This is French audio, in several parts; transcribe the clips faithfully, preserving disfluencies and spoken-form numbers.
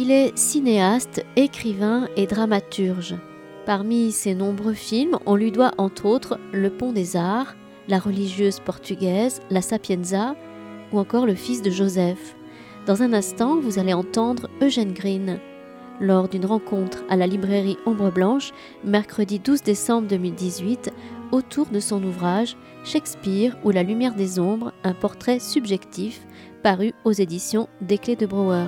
Il est cinéaste, écrivain et dramaturge. Parmi ses nombreux films, on lui doit entre autres Le Pont des Arts, La religieuse portugaise, La Sapienza ou encore Le Fils de Joseph. Dans un instant, vous allez entendre Eugène Green. Lors d'une rencontre à la librairie Ombre Blanche, mercredi douze décembre deux mille dix-huit, autour de son ouvrage Shakespeare ou la lumière des ombres, un portrait subjectif, paru aux éditions des Clés de Brouwer.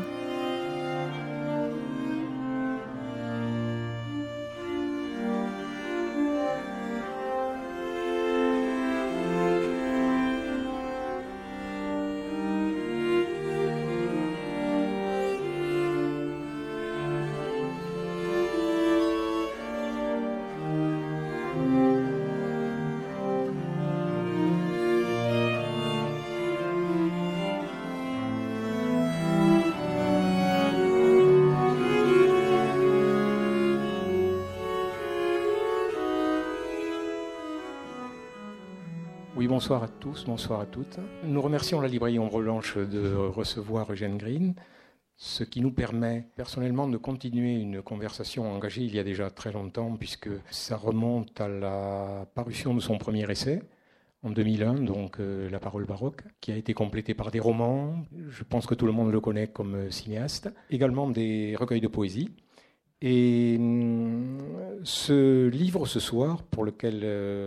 Oui, bonsoir à tous, bonsoir à toutes. Nous remercions la librairie Ombre Blanche de recevoir Eugène Green, ce qui nous permet personnellement de continuer une conversation engagée il y a déjà très longtemps, puisque ça remonte à la parution de son premier essai, en deux mille un, donc euh, La Parole baroque, qui a été complété par des romans, je pense que tout le monde le connaît comme cinéaste, également des recueils de poésie. Et euh, ce livre ce soir, pour lequel... Euh,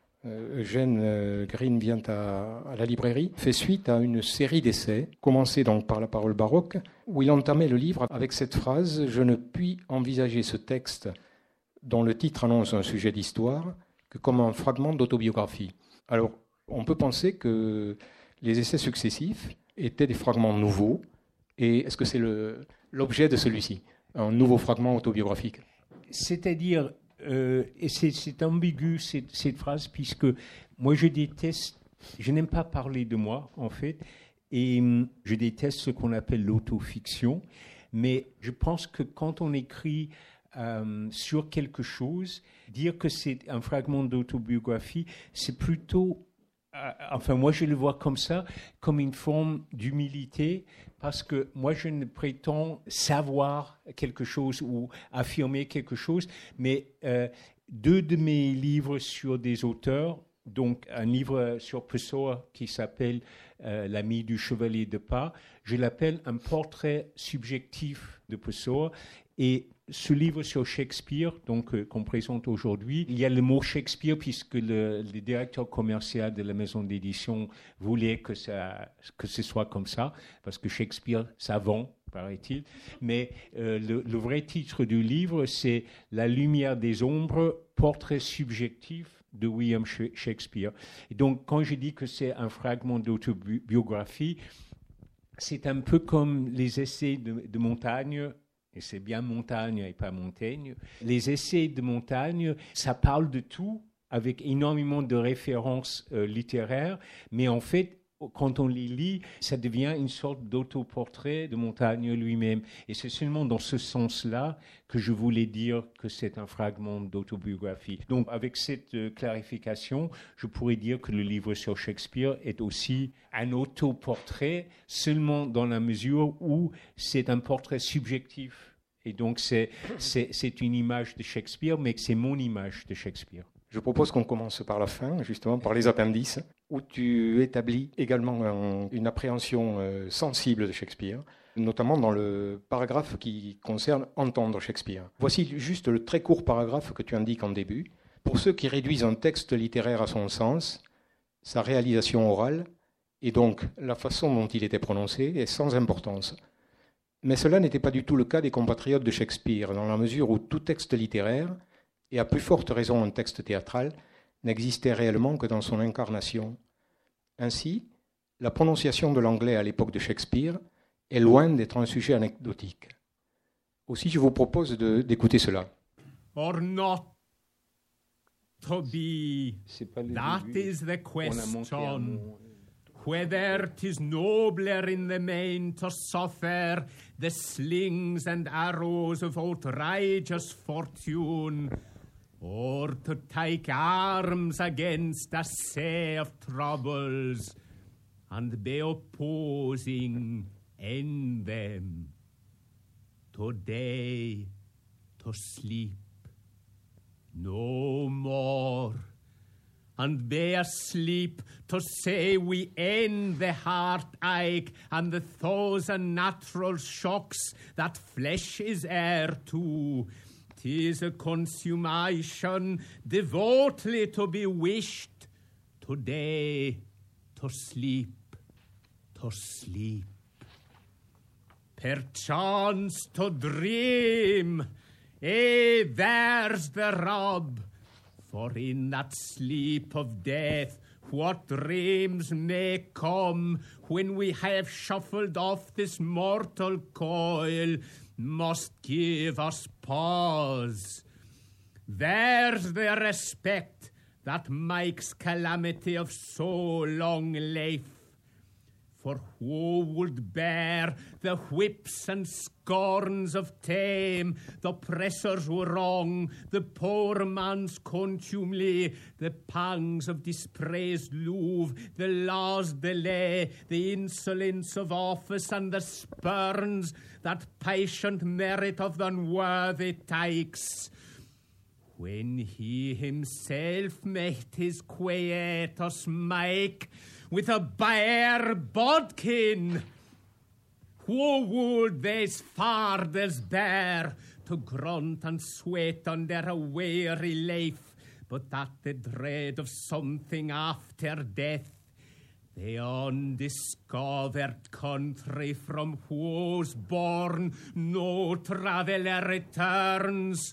Eugène Green vient à, à la librairie, fait suite à une série d'essais, commencés donc par La Parole baroque, où il entamait le livre avec cette phrase « Je ne puis envisager ce texte, dont le titre annonce un sujet d'histoire, que comme un fragment d'autobiographie ». Alors, on peut penser que les essais successifs étaient des fragments nouveaux, et est-ce que c'est le, l'objet de celui-ci, un nouveau fragment autobiographique ? C'est-à-dire... Euh, et c'est, c'est ambigu cette, cette phrase, puisque moi je déteste, je n'aime pas parler de moi en fait, et hum, je déteste ce qu'on appelle l'autofiction, mais je pense que quand on écrit euh, sur quelque chose, dire que c'est un fragment d'autobiographie, c'est plutôt, euh, enfin moi je le vois comme ça, comme une forme d'humilité, parce que moi, je ne prétends savoir quelque chose ou affirmer quelque chose, mais euh, deux de mes livres sur des auteurs, donc un livre sur Pessoa qui s'appelle euh, L'ami du chevalier de pas, je l'appelle un portrait subjectif de Pessoa, et ce livre sur Shakespeare, donc euh, qu'on présente aujourd'hui, il y a le mot Shakespeare puisque le, le directeur commercial de la maison d'édition voulait que ça, que ce soit comme ça, parce que Shakespeare, ça vend, paraît-il. Mais euh, le, le vrai titre du livre, c'est La lumière des ombres, portrait subjectif de William Shakespeare. Et donc, quand je dis que c'est un fragment d'autobiographie, c'est un peu comme les essais de, de Montaigne. Et c'est bien Montagne et pas Montaigne. Les essais de Montagne, ça parle de tout, avec énormément de références euh, littéraires, mais en fait, quand on les lit, ça devient une sorte d'autoportrait de Montaigne lui-même. Et c'est seulement dans ce sens-là que je voulais dire que c'est un fragment d'autobiographie. Donc, avec cette euh, clarification, je pourrais dire que le livre sur Shakespeare est aussi un autoportrait, seulement dans la mesure où c'est un portrait subjectif. Et donc, c'est, c'est, c'est une image de Shakespeare, mais c'est mon image de Shakespeare. Je propose qu'on commence par la fin, justement, par les appendices, où tu établis également un, une appréhension euh, sensible de Shakespeare, notamment dans le paragraphe qui concerne entendre Shakespeare. Voici juste le très court paragraphe que tu indiques en début. Pour ceux qui réduisent un texte littéraire à son sens, sa réalisation orale, et donc la façon dont il était prononcé, est sans importance. Mais cela n'était pas du tout le cas des compatriotes de Shakespeare, dans la mesure où tout texte littéraire, et à plus forte raison un texte théâtral, n'existait réellement que dans son incarnation. Ainsi, la prononciation de l'anglais à l'époque de Shakespeare est loin d'être un sujet anecdotique. Aussi, je vous propose de, d'écouter cela. Or not to be, that is the question. Whether 'tis nobler in the main to suffer the slings and arrows of outrageous fortune, or to take arms against a sea of troubles, and by opposing end them. today to sleep no more, and be asleep to say we end the heartache and the thousand natural shocks that flesh is heir to. 'Tis a consummation devotedly to be wished, today to sleep, to sleep. Perchance to dream, eh, there's the rub. For in that sleep of death, what dreams may come when we have shuffled off this mortal coil must give us pause. There's the respect that makes calamity of so long life. For who would bear the whips and scorns of time, the oppressor's wrong, the poor man's contumely, the pangs of dispraised louvre, the law's delay, the insolence of office, and the spurns that patient merit of the unworthy takes? When he himself made his quietus make with a bare bodkin, who would these fathers bear to grunt and sweat under a weary life, but that the dread of something after death, the undiscovered country from whose born no traveller returns,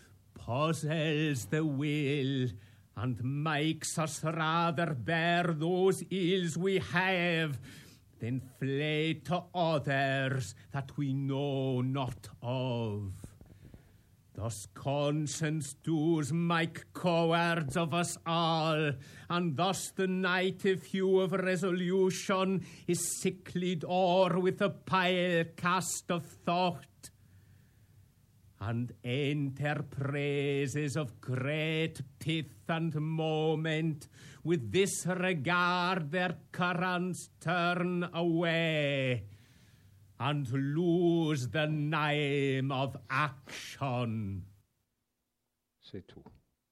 puzzles the will and makes us rather bear those ills we have than flee to others that we know not of. Thus conscience does make cowards of us all, and thus the native hue of resolution is sicklied o'er with a pale cast of thought, and enterprises of great pith and moment with this regard their currents turn away and lose the name of action. C'est tout.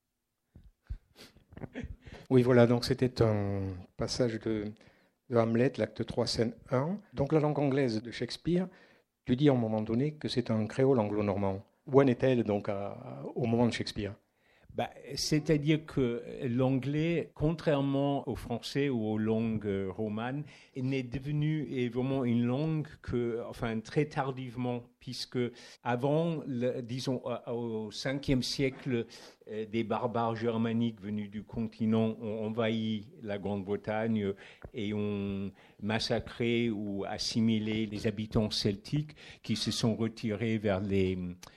Oui, voilà, donc c'était un passage de, de Hamlet, l'acte trois, scène un. Donc la langue anglaise de Shakespeare, tu dis à un moment donné que c'est un créole anglo-normand. Où en est-elle donc à, au moment de Shakespeare? Bah, c'est-à-dire que l'anglais, contrairement au français ou aux langues romanes, n'est devenu est vraiment une langue que, enfin, très tardivement, puisque avant, le, disons, au cinquième siècle, des barbares germaniques venus du continent ont envahi la Grande-Bretagne et ont massacré ou assimilé les habitants celtiques qui se sont retirés vers les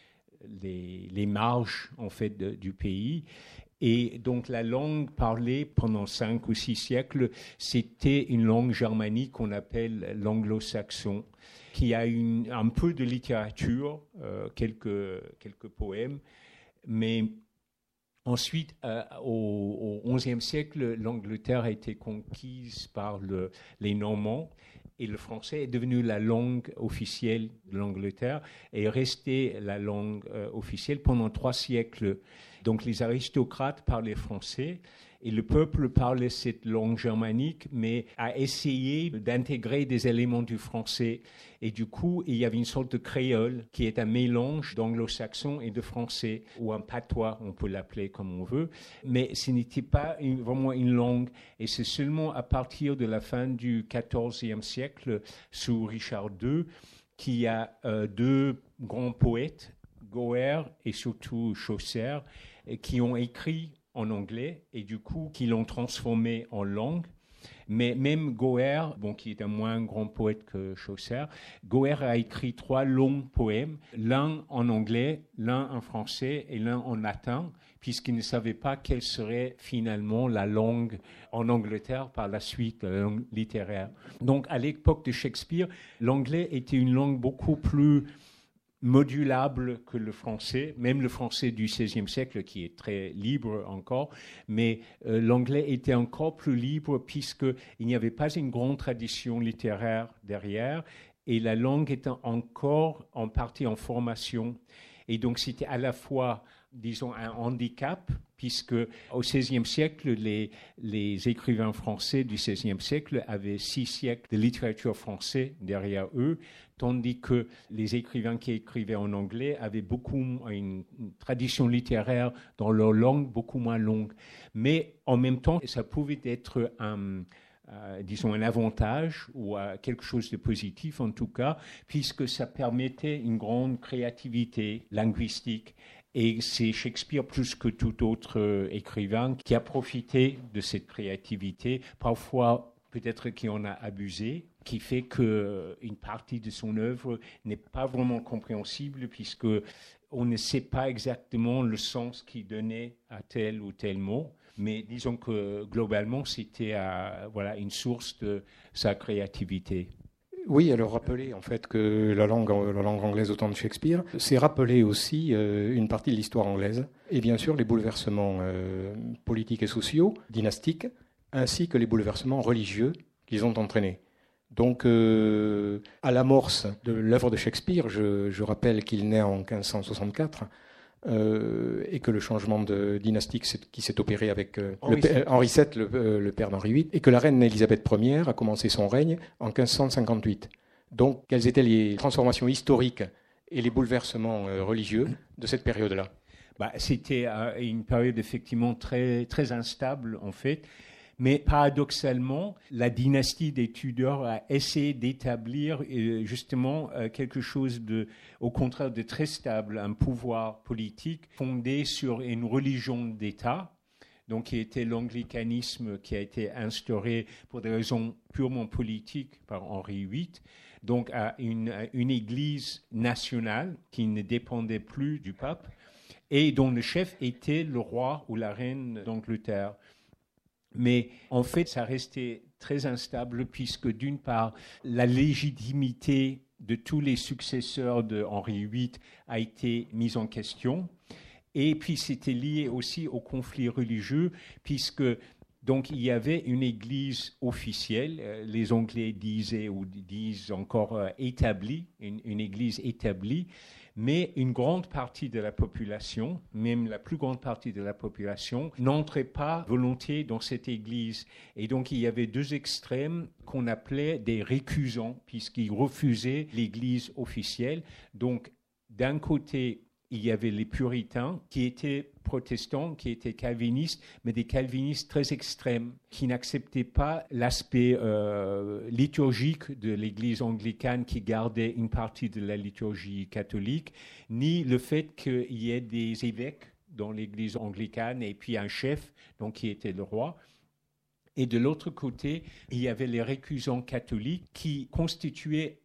Les, les marges en fait de, du pays, et donc la langue parlée pendant cinq ou six siècles, c'était une langue germanique qu'on appelle l'anglo-saxon, qui a une, un peu de littérature, euh, quelques quelques poèmes, mais ensuite, euh, au, au onzième siècle, l'Angleterre a été conquise par le, les Normands. Et le français est devenu la langue officielle de l'Angleterre et est resté la langue euh, officielle pendant trois siècles. Donc les aristocrates parlaient français et le peuple parlait cette langue germanique, mais a essayé d'intégrer des éléments du français. Et du coup, il y avait une sorte de créole qui est un mélange d'anglo-saxon et de français, ou un patois, on peut l'appeler comme on veut. Mais ce n'était pas une, vraiment une langue. Et c'est seulement à partir de la fin du quatorzième siècle, sous Richard deux, qu'il y a euh, deux grands poètes, Gower et surtout Chaucer, qui ont écrit en anglais et du coup qui l'ont transformé en langue. Mais même Gower, bon, qui est un moins grand poète que Chaucer, Gower a écrit trois longs poèmes, l'un en anglais, l'un en français et l'un en latin, puisqu'il ne savait pas quelle serait finalement la langue en Angleterre par la suite, la langue littéraire. Donc à l'époque de Shakespeare, l'anglais était une langue beaucoup plus modulable que le français, même le français du seizième siècle qui est très libre encore, mais euh, l'anglais était encore plus libre puisqu'il n'y avait pas une grande tradition littéraire derrière et la langue était encore en partie en formation. Et donc, c'était à la fois, disons, un handicap, puisque au seizième siècle, les, les écrivains français du seizième siècle avaient six siècles de littérature française derrière eux, tandis que les écrivains qui écrivaient en anglais avaient beaucoup une, une tradition littéraire dans leur langue beaucoup moins longue. Mais en même temps, ça pouvait être un... Euh, disons un avantage ou euh, quelque chose de positif en tout cas, puisque ça permettait une grande créativité linguistique. Et c'est Shakespeare plus que tout autre euh, écrivain qui a profité de cette créativité, parfois peut-être qui en a abusé, qui fait qu'une partie de son œuvre n'est pas vraiment compréhensible puisque on ne sait pas exactement le sens qu'il donnait à tel ou tel mot. Mais disons que globalement, c'était euh, voilà, une source de sa créativité. Oui, alors rappeler en fait que la langue, la langue anglaise au temps de Shakespeare, c'est rappeler aussi euh, une partie de l'histoire anglaise, et bien sûr les bouleversements euh, politiques et sociaux, dynastiques, ainsi que les bouleversements religieux qu'ils ont entraînés. Donc, euh, à l'amorce de l'œuvre de Shakespeare, je, je rappelle qu'il naît en quinze cent soixante-quatre, Euh, et que le changement de dynastique qui s'est opéré avec euh, Henri, le, Henri sept, le, euh, le père d'Henri huit, et que la reine Élisabeth première a commencé son règne en quinze cent cinquante-huit. Donc, quelles étaient les transformations historiques et les bouleversements euh, religieux de cette période-là? Bah, c'était euh, une période effectivement très, très instable, en fait. Mais paradoxalement, la dynastie des Tudors a essayé d'établir euh, justement euh, quelque chose de, au contraire de très stable, un pouvoir politique fondé sur une religion d'État, donc qui était l'anglicanisme qui a été instauré pour des raisons purement politiques par Henri huit, donc à une, à une église nationale qui ne dépendait plus du pape et dont le chef était le roi ou la reine d'Angleterre. Mais en fait, ça restait très instable puisque d'une part, la légitimité de tous les successeurs de Henri huit a été mise en question. Et puis, c'était lié aussi au conflit religieux puisque donc, il y avait une église officielle, les Anglais disaient ou disent encore euh, établie, une, une église établie, mais une grande partie de la population, même la plus grande partie de la population, n'entrait pas volontiers dans cette église. Et donc, il y avait deux extrêmes qu'on appelait des récusants, puisqu'ils refusaient l'église officielle. Donc, d'un côté, il y avait les puritains qui étaient protestants, qui étaient calvinistes, mais des calvinistes très extrêmes, qui n'acceptaient pas l'aspect euh, liturgique de l'Église anglicane qui gardait une partie de la liturgie catholique, ni le fait qu'il y ait des évêques dans l'Église anglicane et puis un chef, donc qui était le roi. Et de l'autre côté, il y avait les récusants catholiques qui constituaient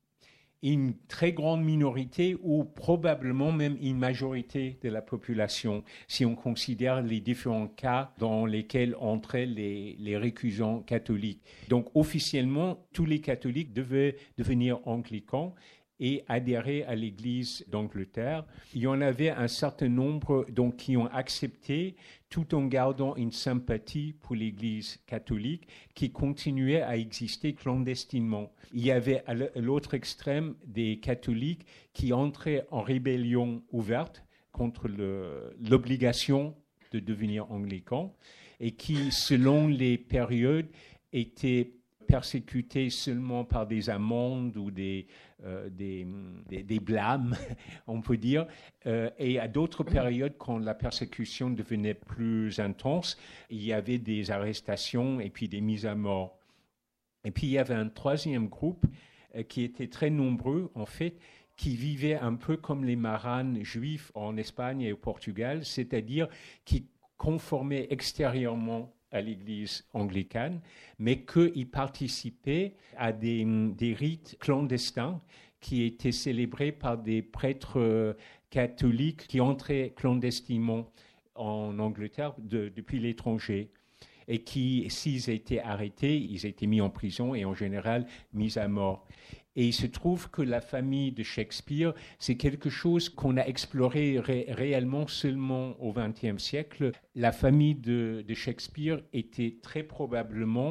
une très grande minorité ou probablement même une majorité de la population, si on considère les différents cas dans lesquels entraient les, les récusants catholiques. Donc officiellement, tous les catholiques devaient devenir anglicans et adhérer à l'Église d'Angleterre. Il y en avait un certain nombre donc, qui ont accepté, tout en gardant une sympathie pour l'Église catholique, qui continuait à exister clandestinement. Il y avait à l'autre extrême des catholiques qui entraient en rébellion ouverte contre le, l'obligation de devenir anglicans et qui, selon les périodes, étaient persécutés seulement par des amendes ou des, euh, des, des, des blâmes, on peut dire. Euh, et à d'autres périodes, quand la persécution devenait plus intense, il y avait des arrestations et puis des mises à mort. Et puis il y avait un troisième groupe euh, qui était très nombreux, en fait, qui vivaient un peu comme les maranes juifs en Espagne et au Portugal, c'est-à-dire qui conformaient extérieurement à l'Église anglicane, mais qu'ils participaient à des, des rites clandestins qui étaient célébrés par des prêtres catholiques qui entraient clandestinement en Angleterre de, depuis l'étranger et qui, s'ils étaient arrêtés, ils étaient mis en prison et en général mis à mort. Et il se trouve que la famille de Shakespeare, c'est quelque chose qu'on a exploré ré- réellement seulement au vingtième siècle. La famille de, de Shakespeare était très probablement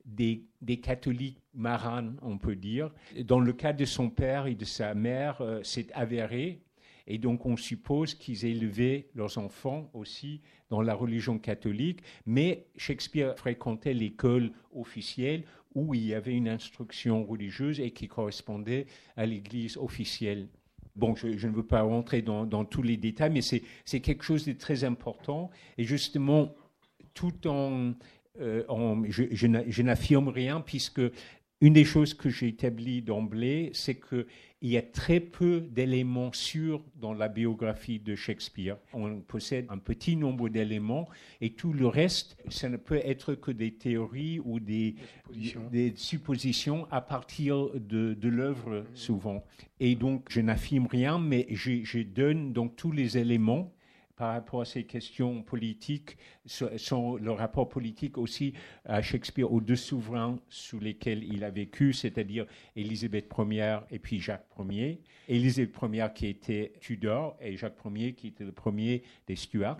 des, des catholiques marins, on peut dire. Dans le cas de son père et de sa mère, euh, c'est avéré. Et donc, on suppose qu'ils élevaient leurs enfants aussi dans la religion catholique. Mais Shakespeare fréquentait l'école officielle où il y avait une instruction religieuse et qui correspondait à l'église officielle. Bon, je, je ne veux pas rentrer dans, dans tous les détails, mais c'est, c'est quelque chose de très important. Et justement, tout en... Euh, en je, je, je n'affirme rien, puisque une des choses que j'ai établies d'emblée, c'est qu'il y a très peu d'éléments sûrs dans la biographie de Shakespeare. On possède un petit nombre d'éléments et tout le reste, ça ne peut être que des théories ou des, des, suppositions. des suppositions à partir de, de l'œuvre, souvent. Et donc, je n'affirme rien, mais je, je donne donc tous les éléments par rapport à ces questions politiques, son, le rapport politique aussi à Shakespeare aux deux souverains sous lesquels il a vécu, c'est-à-dire Élisabeth première et puis Jacques Ier. Élisabeth première qui était Tudor et Jacques Ier qui était le premier des Stuarts.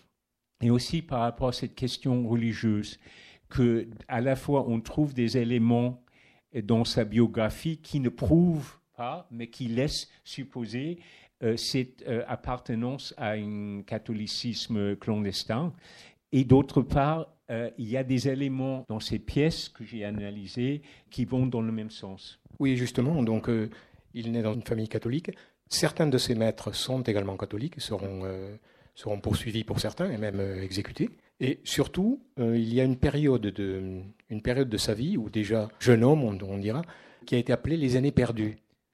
Et aussi par rapport à cette question religieuse, qu'à la fois on trouve des éléments dans sa biographie qui ne prouvent pas, mais qui laissent supposer Euh, cette euh, appartenance à un catholicisme clandestin. Et d'autre part, euh, il y a des éléments dans ces pièces que j'ai analysées qui vont dans le même sens. Oui, justement. Donc, euh, il naît dans une famille catholique. Certains de ses maîtres sont également catholiques, seront, euh, seront poursuivis pour certains et même euh, exécutés. Et surtout, euh, il y a une période, de, une période de sa vie, où déjà jeune homme, on, on dira, qui a été appelée les années perdues.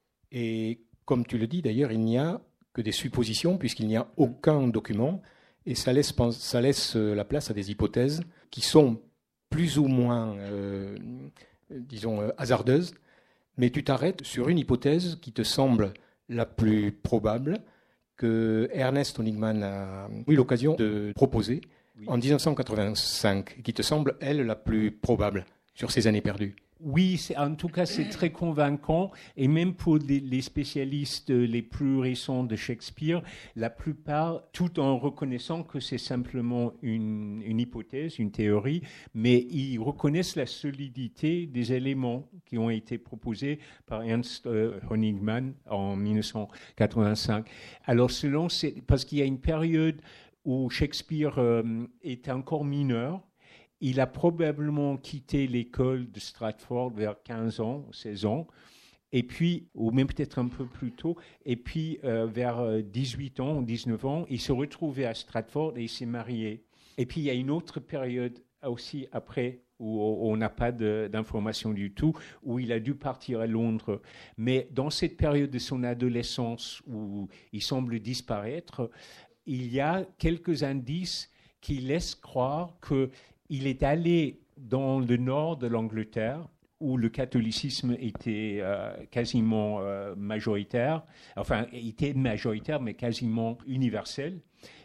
Et comme tu le dis, d'ailleurs, il n'y a que des suppositions, puisqu'il n'y a aucun document, et ça laisse, ça laisse la place à des hypothèses qui sont plus ou moins, euh, disons, euh, hasardeuses, mais tu t'arrêtes sur une hypothèse qui te semble la plus probable, que Ernest Honigman a eu l'occasion de proposer oui. en dix-neuf cent quatre-vingt-cinq, qui te semble, elle, la plus probable sur ces années perdues. Oui, c'est, en tout cas, c'est très convaincant. Et même pour les, les spécialistes les plus récents de Shakespeare, la plupart, tout en reconnaissant que c'est simplement une, une hypothèse, une théorie, mais ils reconnaissent la solidité des éléments qui ont été proposés par Ernst euh, Honigman en dix-neuf cent quatre-vingt-cinq. Alors, selon, c'est, parce qu'il y a une période où Shakespeare euh, est encore mineur. Il a probablement quitté l'école de Stratford vers quinze ans, seize ans, et puis, ou même peut-être un peu plus tôt, et puis euh, vers dix-huit ans, dix-neuf ans, il se retrouvait à Stratford et il s'est marié. Et puis, il y a une autre période aussi après où on n'a pas de, d'informations du tout, où il a dû partir à Londres. Mais dans cette période de son adolescence où il semble disparaître, il y a quelques indices qui laissent croire que il est allé dans le nord de l'Angleterre, où le catholicisme était euh, quasiment euh, majoritaire, enfin, il était majoritaire, mais quasiment universel,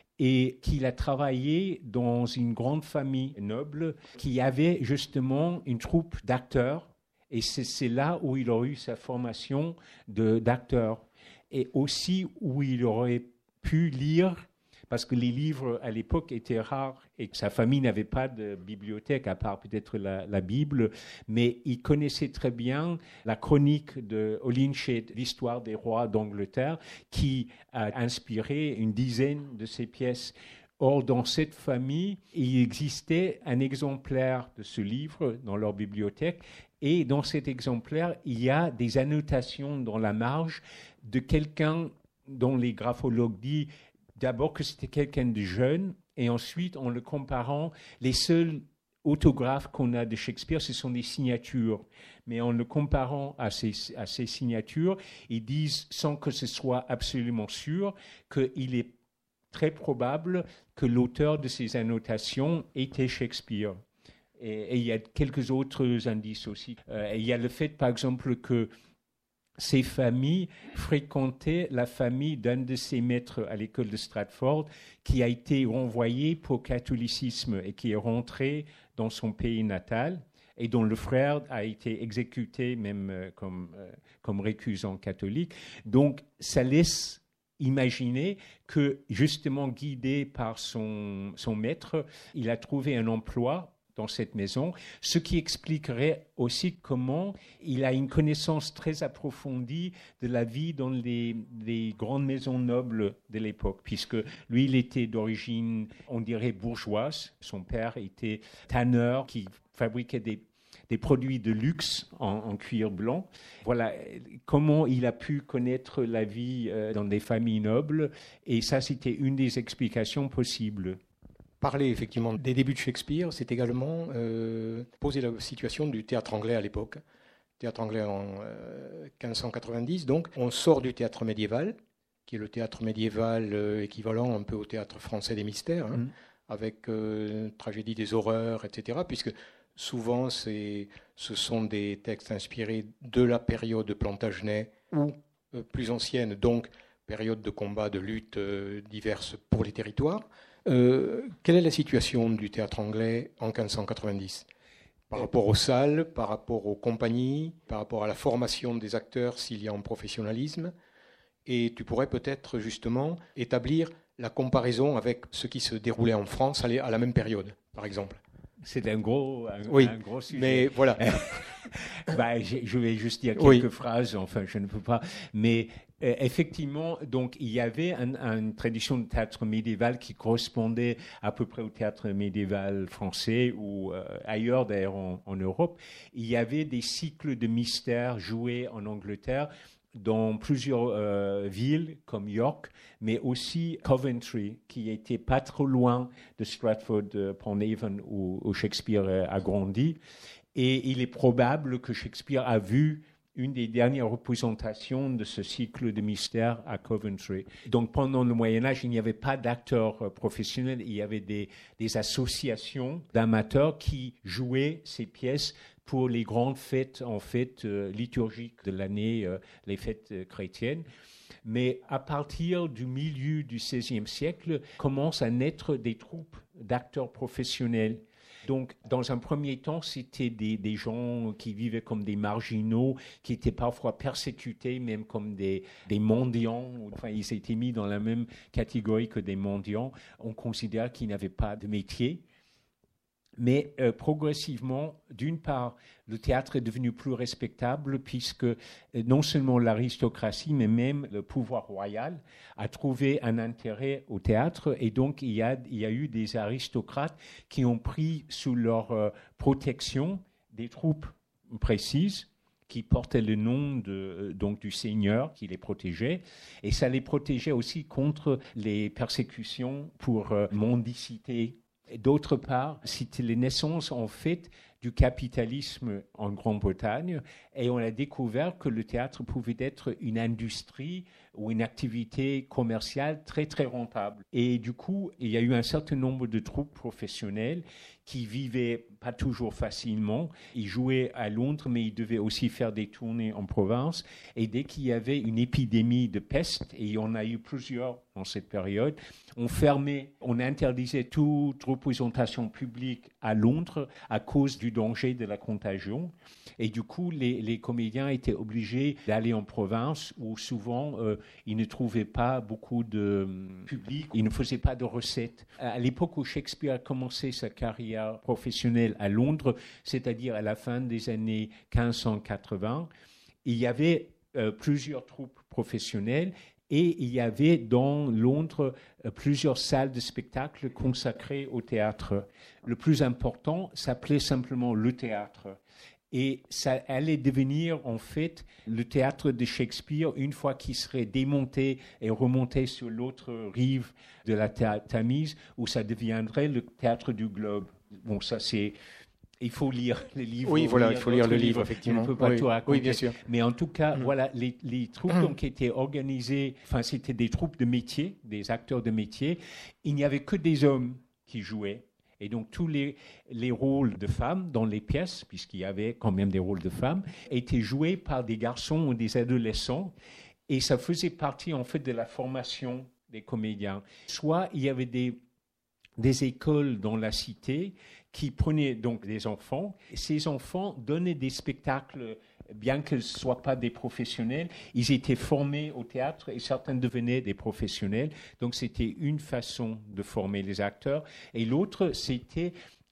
et qu'il a travaillé dans une grande famille noble qui avait justement une troupe d'acteurs, et c'est, c'est là où il aurait eu sa formation de, d'acteur, et aussi où il aurait pu lire, parce que les livres à l'époque étaient rares et que sa famille n'avait pas de bibliothèque à part peut-être la, la Bible, mais il connaissait très bien la chronique de Holinshed, l'histoire des rois d'Angleterre, qui a inspiré une dizaine de ses pièces. Or, dans cette famille, il existait un exemplaire de ce livre dans leur bibliothèque, et dans cet exemplaire, il y a des annotations dans la marge de quelqu'un dont les graphologues disent d'abord que c'était quelqu'un de jeune, et ensuite, en le comparant, les seuls autographes qu'on a de Shakespeare, ce sont des signatures. Mais en le comparant à ces, à ces signatures, ils disent, sans que ce soit absolument sûr, qu'il est très probable que l'auteur de ces annotations était Shakespeare. Et, et il y a quelques autres indices aussi. Euh, il y a le fait, par exemple, que ces familles fréquentaient la famille d'un de ses maîtres à l'école de Stratford qui a été renvoyé pour catholicisme et qui est rentré dans son pays natal et dont le frère a été exécuté même euh, comme, euh, comme récusant catholique. Donc, ça laisse imaginer que, justement guidé par son, son maître, il a trouvé un emploi dans cette maison, ce qui expliquerait aussi comment il a une connaissance très approfondie de la vie dans les, les grandes maisons nobles de l'époque, puisque lui, il était d'origine, on dirait, bourgeoise. Son père était tanneur qui fabriquait des des produits de luxe en, en cuir blanc. Voilà comment il a pu connaître la vie euh, dans des familles nobles, et ça, c'était une des explications possibles. Parler effectivement des débuts de Shakespeare, c'est également euh, poser la situation du théâtre anglais à l'époque. Théâtre anglais en euh, quinze cent quatre-vingt-dix, donc on sort du théâtre médiéval, qui est le théâtre médiéval euh, équivalent un peu au théâtre français des mystères, hein, mmh. avec euh, tragédie des horreurs, et cetera, puisque souvent, c'est, ce sont des textes inspirés de la période de Plantagenet ou euh, plus ancienne, donc période de combat, de lutte euh, diverses pour les territoires. Euh, quelle est la situation du théâtre anglais en quinze cent quatre-vingt-dix par rapport aux salles, par rapport aux compagnies, par rapport à la formation des acteurs s'il y a un professionnalisme? Et tu pourrais peut-être justement établir la comparaison avec ce qui se déroulait en France à la même période, par exemple. C'est un gros, un, oui, un gros sujet. Mais voilà. bah, je vais juste dire quelques oui. phrases, enfin, je ne peux pas. Mais euh, effectivement, donc, il y avait un, une tradition de théâtre médiéval qui correspondait à peu près au théâtre médiéval français ou euh, ailleurs, d'ailleurs, en, en Europe. Il y avait des cycles de mystères joués en Angleterre dans plusieurs euh, villes comme York, mais aussi Coventry, qui était pas trop loin de Stratford-upon-Avon où, où Shakespeare a grandi. Et il est probable que Shakespeare a vu une des dernières représentations de ce cycle de mystères à Coventry. Donc pendant le Moyen-Âge, il n'y avait pas d'acteurs professionnels, il y avait des, des associations d'amateurs qui jouaient ces pièces pour les grandes fêtes, en fait, euh, liturgiques de l'année, euh, les fêtes euh, chrétiennes. Mais à partir du milieu du seizième siècle, commencent à naître des troupes d'acteurs professionnels. Donc, dans un premier temps, c'était des, des gens qui vivaient comme des marginaux, qui étaient parfois persécutés, même comme des, des mendiants. Enfin, ils étaient mis dans la même catégorie que des mendiants. On considère qu'ils n'avaient pas de métier. Mais euh, progressivement, d'une part, le théâtre est devenu plus respectable puisque euh, non seulement l'aristocratie, mais même le pouvoir royal a trouvé un intérêt au théâtre. Et donc, il y a, il y a eu des aristocrates qui ont pris sous leur euh, protection des troupes précises qui portaient le nom de, euh, donc, du seigneur qui les protégeait. Et ça les protégeait aussi contre les persécutions pour euh, mendicité. D'autre part, c'était les naissances, en fait, du capitalisme en Grande-Bretagne, et on a découvert que le théâtre pouvait être une industrie ou une activité commerciale très, très rentable. Et du coup, il y a eu un certain nombre de troupes professionnelles qui vivaient pas toujours facilement. Ils jouaient à Londres, mais ils devaient aussi faire des tournées en province. Et dès qu'il y avait une épidémie de peste, et il y en a eu plusieurs dans cette période, on fermait, on interdisait toute représentation publique à Londres à cause du danger de la contagion. Et du coup, les, les comédiens étaient obligés d'aller en province où souvent euh, ils ne trouvaient pas beaucoup de um, public, ils ne faisaient pas de recettes. À l'époque où Shakespeare a commencé sa carrière professionnelle à Londres, c'est-à-dire à la fin des années quinze cent quatre-vingts, il y avait euh, plusieurs troupes professionnelles. Et il y avait dans Londres euh, plusieurs salles de spectacle consacrées au théâtre. Le plus important s'appelait simplement le théâtre. Et ça allait devenir en fait le théâtre de Shakespeare une fois qu'il serait démonté et remonté sur l'autre rive de la Tamise, où ça deviendrait le théâtre du Globe. Bon, ça c'est... Il faut lire les livres. Oui, voilà, il faut lire le livre, effectivement. On ne peut pas oui, tout raconter. Oui, bien sûr. Mais en tout cas, mmh. voilà, les, les troupes mmh. donc, étaient organisées, enfin, c'était des troupes de métier, des acteurs de métier. Il n'y avait que des hommes qui jouaient. Et donc, tous les, les rôles de femmes dans les pièces, puisqu'il y avait quand même des rôles de femmes, étaient joués par des garçons ou des adolescents. Et ça faisait partie, en fait, de la formation des comédiens. Soit il y avait des, des écoles dans la cité qui prenaient donc des enfants. Et ces enfants donnaient des spectacles, bien que ce ne soient pas des professionnels. Ils étaient formés au théâtre et certains devenaient des professionnels. Donc, c'était une façon de former les acteurs. Et l'autre, c'était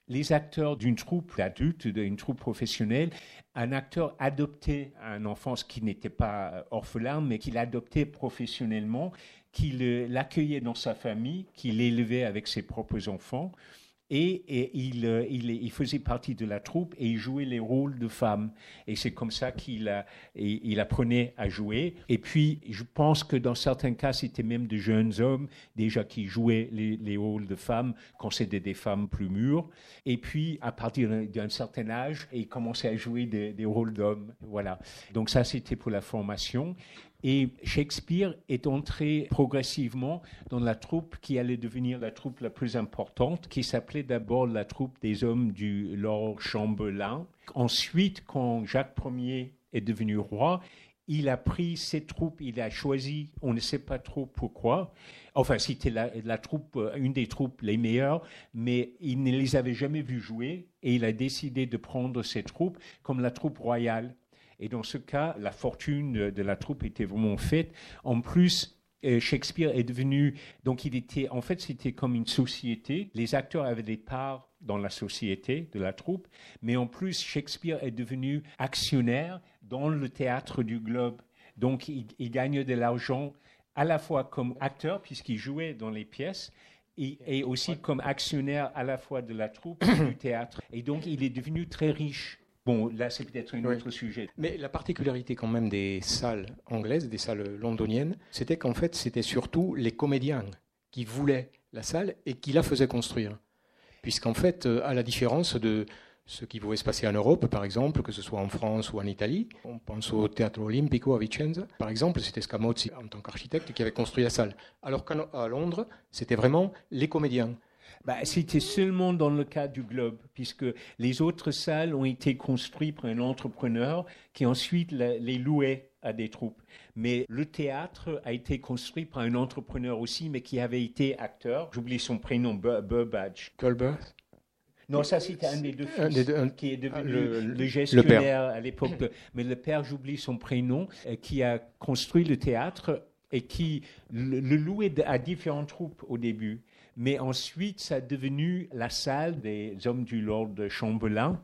les acteurs d'une troupe d'adultes, d'une troupe professionnelle, un acteur adoptait un enfant qui n'était pas orphelin, mais qu'il adoptait professionnellement, qu'il l'accueillait dans sa famille, qu'il élevait avec ses propres enfants. Et, et il, il, il faisait partie de la troupe et il jouait les rôles de femmes. Et c'est comme ça qu'il a, il apprenait à jouer. Et puis, je pense que dans certains cas, c'était même de jeunes hommes déjà qui jouaient les, les rôles de femmes quand c'était des femmes plus mûres. Et puis, à partir d'un certain âge, ils commençaient à jouer des, des rôles d'hommes. Voilà. Donc ça, c'était pour la formation. Et Shakespeare est entré progressivement dans la troupe qui allait devenir la troupe la plus importante, qui s'appelait d'abord la troupe des hommes du Lord Chambellan. Ensuite, quand Jacques Ier est devenu roi, il a pris cette troupe, il a choisi, on ne sait pas trop pourquoi, enfin c'était la, la troupe, une des troupes les meilleures, mais il ne les avait jamais vues jouer et il a décidé de prendre cette troupe comme la troupe royale. Et dans ce cas, la fortune de, de la troupe était vraiment faite. En plus, euh, Shakespeare est devenu... Donc, il était... En fait, c'était comme une société. Les acteurs avaient des parts dans la société de la troupe. Mais en plus, Shakespeare est devenu actionnaire dans le théâtre du Globe. Donc, il, il gagne de l'argent à la fois comme acteur, puisqu'il jouait dans les pièces, et, et aussi comme actionnaire à la fois de la troupe et du théâtre. Et donc, il est devenu très riche. Bon, là, c'est peut-être un autre oui. sujet. Mais la particularité quand même des salles anglaises, des salles londoniennes, c'était qu'en fait, c'était surtout les comédiens qui voulaient la salle et qui la faisaient construire. Puisqu'en fait, à la différence de ce qui pouvait se passer en Europe, par exemple, que ce soit en France ou en Italie, on pense au Teatro Olimpico à Vicenza, par exemple, c'était Scamozzi en tant qu'architecte qui avait construit la salle. Alors qu'à Londres, c'était vraiment les comédiens. Bah, c'était seulement dans le cas du Globe, puisque les autres salles ont été construites par un entrepreneur qui ensuite la, les louait à des troupes. Mais le théâtre a été construit par un entrepreneur aussi, mais qui avait été acteur. J'oublie son prénom, Burbage. Culbert. Non, ça c'était un des deux fils un des deux, un, qui est devenu le, le gestionnaire le à l'époque. De, mais le père, j'oublie son prénom, euh, qui a construit le théâtre et qui le, le louait à différentes troupes au début. Mais ensuite, ça a devenu la salle des hommes du Lord de Chambellan.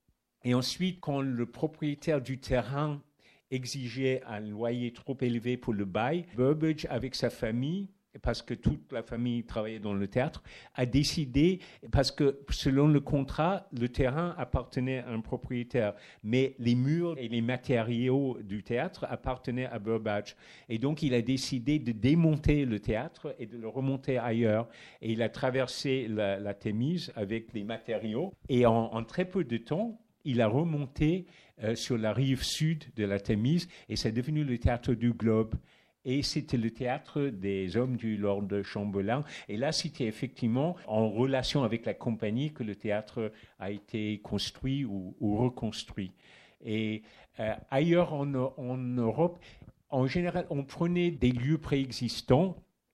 Et ensuite, quand le propriétaire du terrain exigeait un loyer trop élevé pour le bail, Burbage, avec sa famille, parce que toute la famille travaillait dans le théâtre, a décidé, parce que selon le contrat, le terrain appartenait à un propriétaire, mais les murs et les matériaux du théâtre appartenaient à Burbage. Et donc, il a décidé de démonter le théâtre et de le remonter ailleurs. Et il a traversé la, la Tamise avec les matériaux. Et en, en très peu de temps, il a remonté euh, sur la rive sud de la Tamise et c'est devenu le théâtre du Globe. Et c'était le théâtre des hommes du Lord de Chambellan. Et là, c'était effectivement en relation avec la compagnie que le théâtre a été construit ou, ou reconstruit. Et euh, ailleurs en, en Europe, en général, on prenait des lieux préexistants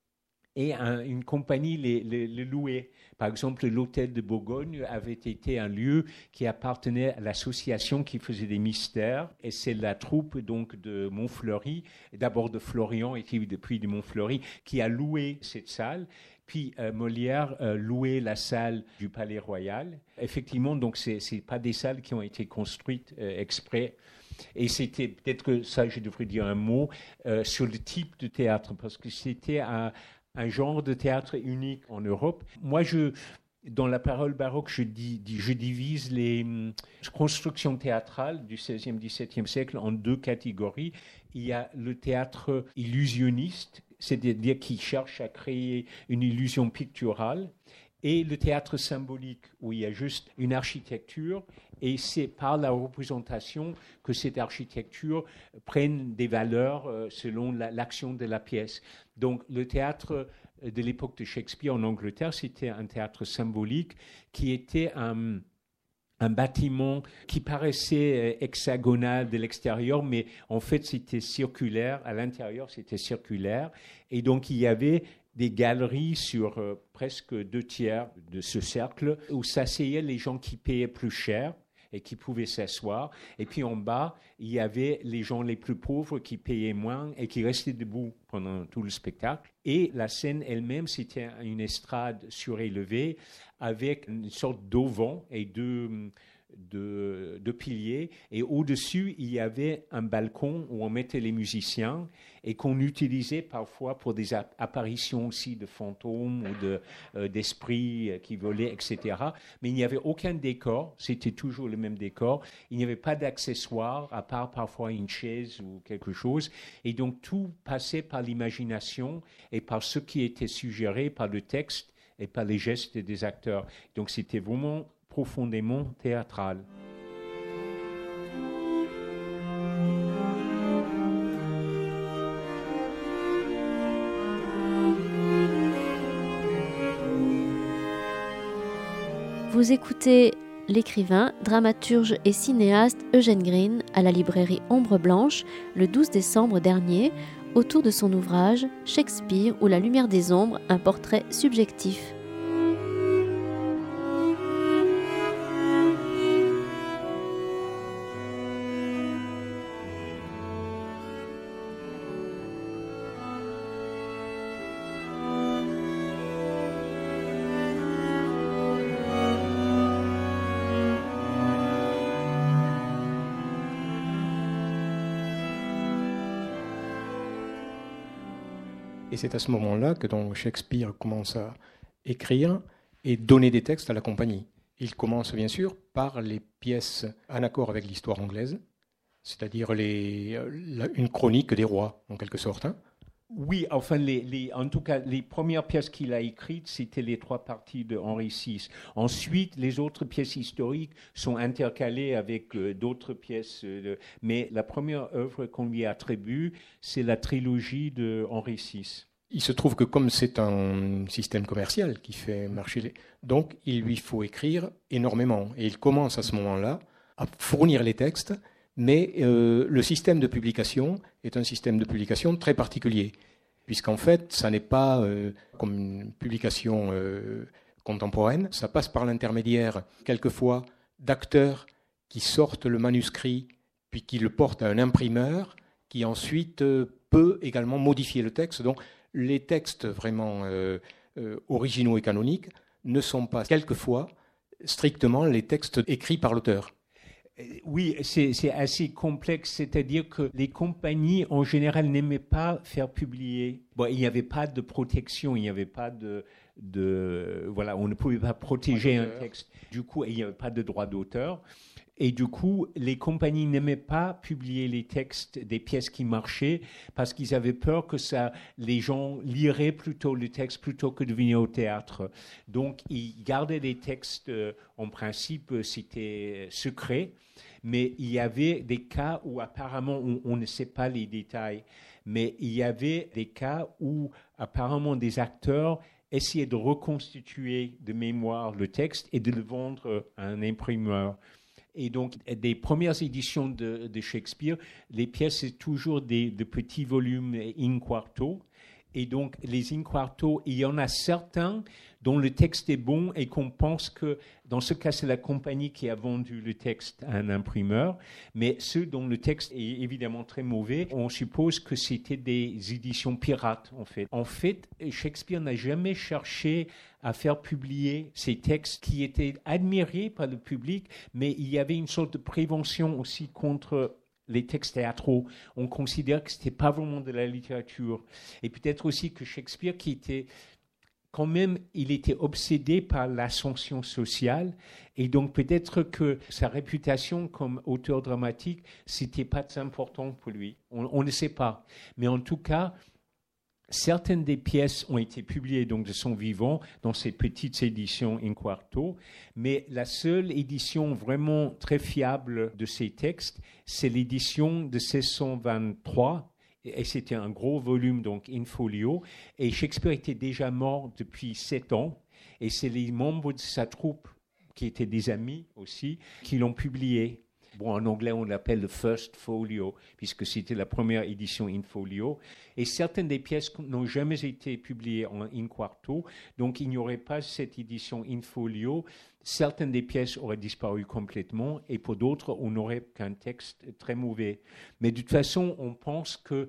et un, une compagnie les, les, les louait. Par exemple, l'hôtel de Bourgogne avait été un lieu qui appartenait à l'association qui faisait des mystères, et c'est la troupe donc de Montfleury, d'abord de Florian et puis de Montfleury, qui a loué cette salle. Puis euh, Molière euh, louait la salle du Palais Royal. Effectivement, donc c'est c'est pas des salles qui ont été construites euh, exprès. Et c'était, peut-être que ça, je devrais dire un mot euh, sur le type de théâtre, parce que c'était un un genre de théâtre unique en Europe. Moi, je, dans la parole baroque, je, dis, je divise les hum, constructions théâtrales du seizième, dix-septième siècle en deux catégories. Il y a le théâtre illusionniste, c'est-à-dire qui cherche à créer une illusion picturale, et le théâtre symbolique, où il y a juste une architecture, et c'est par la représentation que cette architecture prenne des valeurs euh, selon la, l'action de la pièce. Donc le théâtre de l'époque de Shakespeare en Angleterre, c'était un théâtre symbolique qui était un, un bâtiment qui paraissait hexagonal de l'extérieur, mais en fait c'était circulaire, à l'intérieur c'était circulaire, et donc il y avait des galeries sur euh, presque deux tiers de ce cercle où s'asseyaient les gens qui payaient plus cher. et qui pouvaient s'asseoir. Et puis en bas, il y avait les gens les plus pauvres qui payaient moins et qui restaient debout pendant tout le spectacle. Et la scène elle-même, c'était une estrade surélevée avec une sorte d'auvent et deux... De, de piliers, et au-dessus, il y avait un balcon où on mettait les musiciens et qu'on utilisait parfois pour des app- apparitions aussi de fantômes ou de, euh, d'esprits qui volaient, et cetera. Mais il n'y avait aucun décor, c'était toujours le même décor. Il n'y avait pas d'accessoires, à part parfois une chaise ou quelque chose. Et donc, tout passait par l'imagination et par ce qui était suggéré par le texte et par les gestes des acteurs. Donc, c'était vraiment profondément théâtral. Vous écoutez l'écrivain, dramaturge et cinéaste Eugène Green à la librairie Ombre Blanche le douze décembre dernier autour de son ouvrage Shakespeare ou la lumière des ombres, un portrait subjectif. Et c'est à ce moment-là que donc Shakespeare commence à écrire et donner des textes à la compagnie. Il commence bien sûr par les pièces en accord avec l'histoire anglaise, c'est-à-dire les, la, une chronique des rois, en quelque sorte. Hein. Oui, enfin, les, les, en tout cas, les premières pièces qu'il a écrites, c'était les trois parties de Henri six. Ensuite, les autres pièces historiques sont intercalées avec euh, d'autres pièces. Euh, mais la première œuvre qu'on lui attribue, c'est la trilogie de Henri six. Il se trouve que comme c'est un système commercial qui fait marcher les... Donc, il lui faut écrire énormément. Et il commence à ce moment-là à fournir les textes. Mais euh, le système de publication est un système de publication très particulier, puisqu'en fait, ça n'est pas euh, comme une publication euh, contemporaine, ça passe par l'intermédiaire, quelquefois, d'acteurs qui sortent le manuscrit, puis qui le portent à un imprimeur, qui ensuite euh, peut également modifier le texte. Donc, les textes vraiment euh, euh, originaux et canoniques ne sont pas, quelquefois, strictement les textes écrits par l'auteur. Oui, c'est, c'est assez complexe, c'est-à-dire que les compagnies, en général, n'aimaient pas faire publier. Bon, il n'y avait pas de protection, il n'y avait pas de, de... Voilà, on ne pouvait pas protéger un texte. Du coup, il n'y avait pas de droit d'auteur. Et du coup, les compagnies n'aimaient pas publier les textes des pièces qui marchaient parce qu'ils avaient peur que ça, les gens liraient plutôt le texte plutôt que de venir au théâtre. Donc, ils gardaient les textes, euh, en principe, c'était secret, mais il y avait des cas où apparemment, on, on ne sait pas les détails, mais il y avait des cas où apparemment des acteurs essayaient de reconstituer de mémoire le texte et de le vendre à un imprimeur. Et donc, des premières éditions de, de Shakespeare, les pièces, c'est toujours des, de petits volumes in quarto. Et donc, les in quarto, il y en a certains dont le texte est bon et qu'on pense que, dans ce cas, c'est la compagnie qui a vendu le texte à un imprimeur. Mais ceux dont le texte est évidemment très mauvais, on suppose que c'était des éditions pirates, en fait. En fait, Shakespeare n'a jamais cherché à faire publier ces textes qui étaient admirés par le public, mais il y avait une sorte de prévention aussi contre les textes théâtraux. On considère que ce n'était pas vraiment de la littérature. Et peut-être aussi que Shakespeare, qui était quand même, il était obsédé par l'ascension sociale, et donc peut-être que sa réputation comme auteur dramatique, c'était pas très important pour lui. On, on ne sait pas. Mais en tout cas, certaines des pièces ont été publiées donc de son vivant dans ces petites éditions in quarto, mais la seule édition vraiment très fiable de ces textes, c'est l'édition de seize cent vingt-trois, et c'était un gros volume donc in folio, et Shakespeare était déjà mort depuis sept ans, et c'est les membres de sa troupe qui étaient des amis aussi qui l'ont publié. Bon, en anglais, on l'appelle le first folio, puisque c'était la première édition in folio. Et certaines des pièces n'ont jamais été publiées en in quarto, donc il n'y aurait pas cette édition in folio. Certaines des pièces auraient disparu complètement, et pour d'autres, on n'aurait qu'un texte très mauvais. Mais de toute façon, on pense que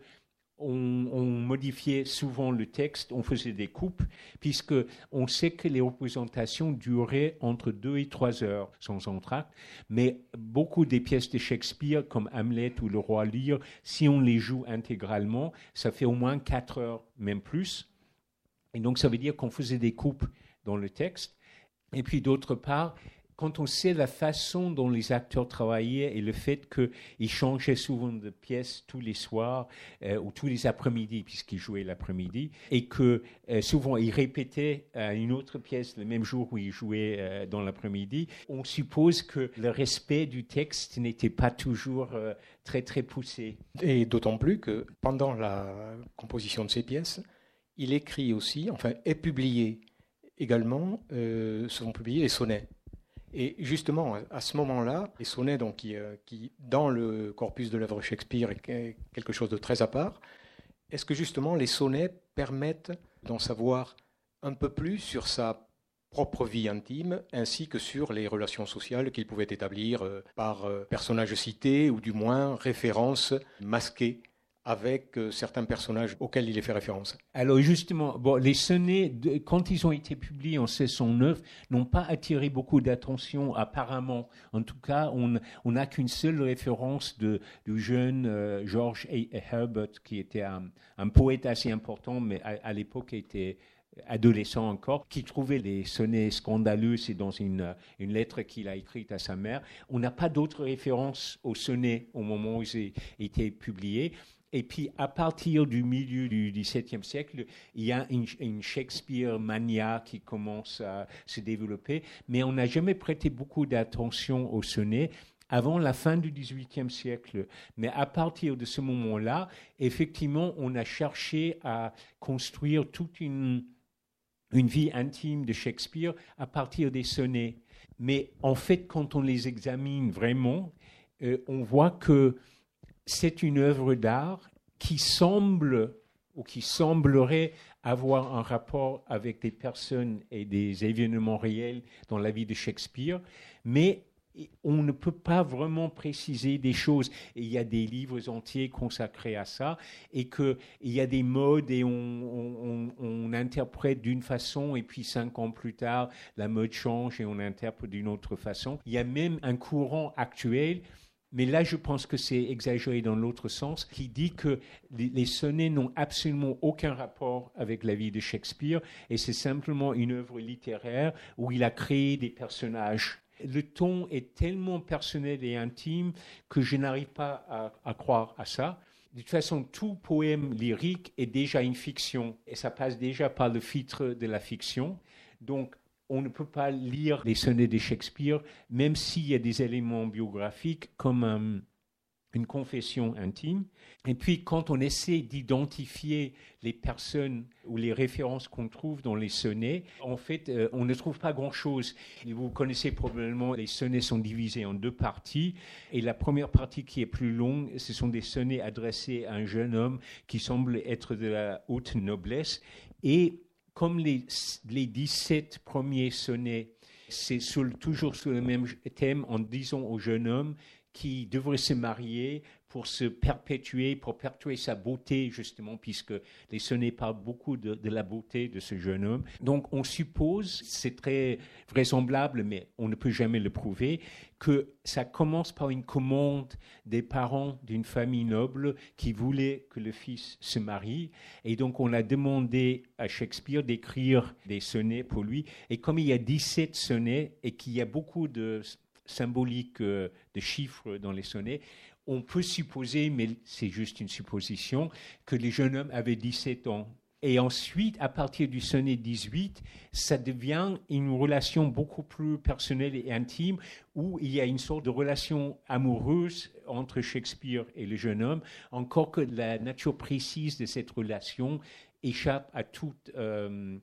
On, on modifiait souvent le texte, on faisait des coupes, puisqu'on sait que les représentations duraient entre deux et trois heures sans entracte, mais beaucoup des pièces de Shakespeare, comme Hamlet ou Le Roi Lear, si on les joue intégralement, ça fait au moins quatre heures, même plus. Et donc ça veut dire qu'on faisait des coupes dans le texte. Et puis d'autre part, quand on sait la façon dont les acteurs travaillaient et le fait qu'ils changeaient souvent de pièce tous les soirs euh, ou tous les après-midi, puisqu'ils jouaient l'après-midi, et que euh, souvent ils répétaient euh, une autre pièce le même jour où ils jouaient euh, dans l'après-midi, on suppose que le respect du texte n'était pas toujours euh, très très poussé. Et d'autant plus que pendant la composition de ces pièces, il écrit aussi, enfin est publié également, euh, sont publiés les sonnets. Et justement, à ce moment-là, les sonnets, donc, qui, qui, dans le corpus de l'œuvre Shakespeare, est quelque chose de très à part, est-ce que justement les sonnets permettent d'en savoir un peu plus sur sa propre vie intime, ainsi que sur les relations sociales qu'il pouvait établir par personnages cités, ou du moins références masquées avec euh, certains personnages auxquels il est fait référence. Alors justement, bon, les sonnets, de, quand ils ont été publiés en seize cent neuf, n'ont pas attiré beaucoup d'attention apparemment. En tout cas, on n'a qu'une seule référence de, du jeune euh, George Herbert, qui était un, un poète assez important, mais à, à l'époque était adolescent encore, qui trouvait les sonnets scandaleux. C'est dans une, une lettre qu'il a écrite à sa mère. On n'a pas d'autres références aux sonnets au moment où ils ont été publiés. Et puis, à partir du milieu du dix-septième siècle, il y a une, une Shakespeare mania qui commence à se développer, mais on n'a jamais prêté beaucoup d'attention aux sonnets avant la fin du dix-huitième siècle. Mais à partir de ce moment-là, effectivement, on a cherché à construire toute une, une vie intime de Shakespeare à partir des sonnets. Mais en fait, quand on les examine vraiment, euh, on voit que c'est une œuvre d'art qui semble ou qui semblerait avoir un rapport avec des personnes et des événements réels dans la vie de Shakespeare, mais on ne peut pas vraiment préciser des choses. Et il y a des livres entiers consacrés à ça, et qu'il y a des modes et on, on, on interprète d'une façon, et puis cinq ans plus tard, la mode change et on interprète d'une autre façon. Il y a même un courant actuel, mais là, je pense que c'est exagéré dans l'autre sens, qui dit que les, les sonnets n'ont absolument aucun rapport avec la vie de Shakespeare, et c'est simplement une œuvre littéraire où il a créé des personnages. Le ton est tellement personnel et intime que je n'arrive pas à, à croire à ça. De toute façon, tout poème lyrique est déjà une fiction, et ça passe déjà par le filtre de la fiction. Donc, on ne peut pas lire les sonnets de Shakespeare, même s'il y a des éléments biographiques comme un, une confession intime. Et puis, quand on essaie d'identifier les personnes ou les références qu'on trouve dans les sonnets, en fait, euh, on ne trouve pas grand-chose. Vous connaissez probablement, les sonnets sont divisés en deux parties. Et la première partie qui est plus longue, ce sont des sonnets adressés à un jeune homme qui semble être de la haute noblesse. Et comme les, les dix-sept premiers sonnets, c'est sur, toujours sur le même thème, en disant au jeune homme qui devrait se marier pour se perpétuer, pour perpétuer sa beauté, justement, puisque les sonnets parlent beaucoup de, de la beauté de ce jeune homme. Donc, on suppose, c'est très vraisemblable, mais on ne peut jamais le prouver, que ça commence par une commande des parents d'une famille noble qui voulaient que le fils se marie. Et donc, on a demandé à Shakespeare d'écrire des sonnets pour lui. Et comme il y a dix-sept sonnets et qu'il y a beaucoup de symbolique de chiffres dans les sonnets, on peut supposer, mais c'est juste une supposition, que les jeunes hommes avaient dix-sept ans. Et ensuite, à partir du sonnet dix-huit, ça devient une relation beaucoup plus personnelle et intime, où il y a une sorte de relation amoureuse entre Shakespeare et le jeune homme, encore que la nature précise de cette relation échappe à toute euh,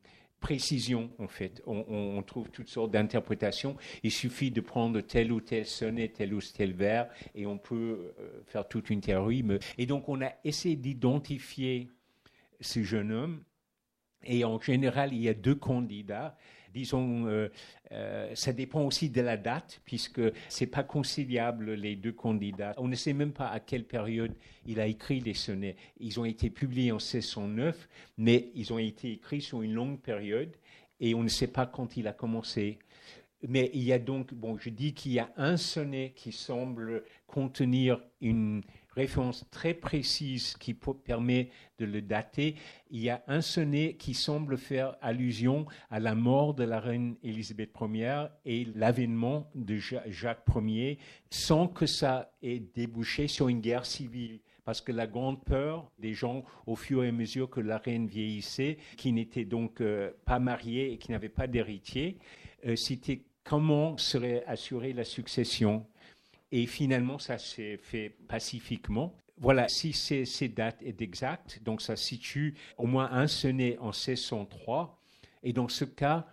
précision, en fait. On, on, on trouve toutes sortes d'interprétations. Il suffit de prendre tel ou tel sonnet, tel ou tel vers, et on peut euh, faire toute une théorie. Et donc, on a essayé d'identifier ce jeune homme. Et en général, il y a deux candidats. Disons, euh, euh, ça dépend aussi de la date, puisque c'est pas conciliable, les deux candidats. On ne sait même pas à quelle période il a écrit les sonnets. Ils ont été publiés en seize cent neuf, mais ils ont été écrits sur une longue période, et on ne sait pas quand il a commencé. Mais il y a donc, bon, je dis qu'il y a un sonnet qui semble contenir une référence très précise qui peut, permet de le dater. Il y a un sonnet qui semble faire allusion à la mort de la reine Élisabeth première et l'avènement de Jacques Ier, sans que ça ait débouché sur une guerre civile. Parce que la grande peur des gens, au fur et à mesure que la reine vieillissait, qui n'était donc euh, pas mariée et qui n'avait pas d'héritier, euh, c'était comment serait assurée la succession. Et finalement, ça s'est fait pacifiquement. Voilà, si ces, ces dates est exacte, donc ça situe au moins un sonnet en seize cent trois. Et dans ce cas,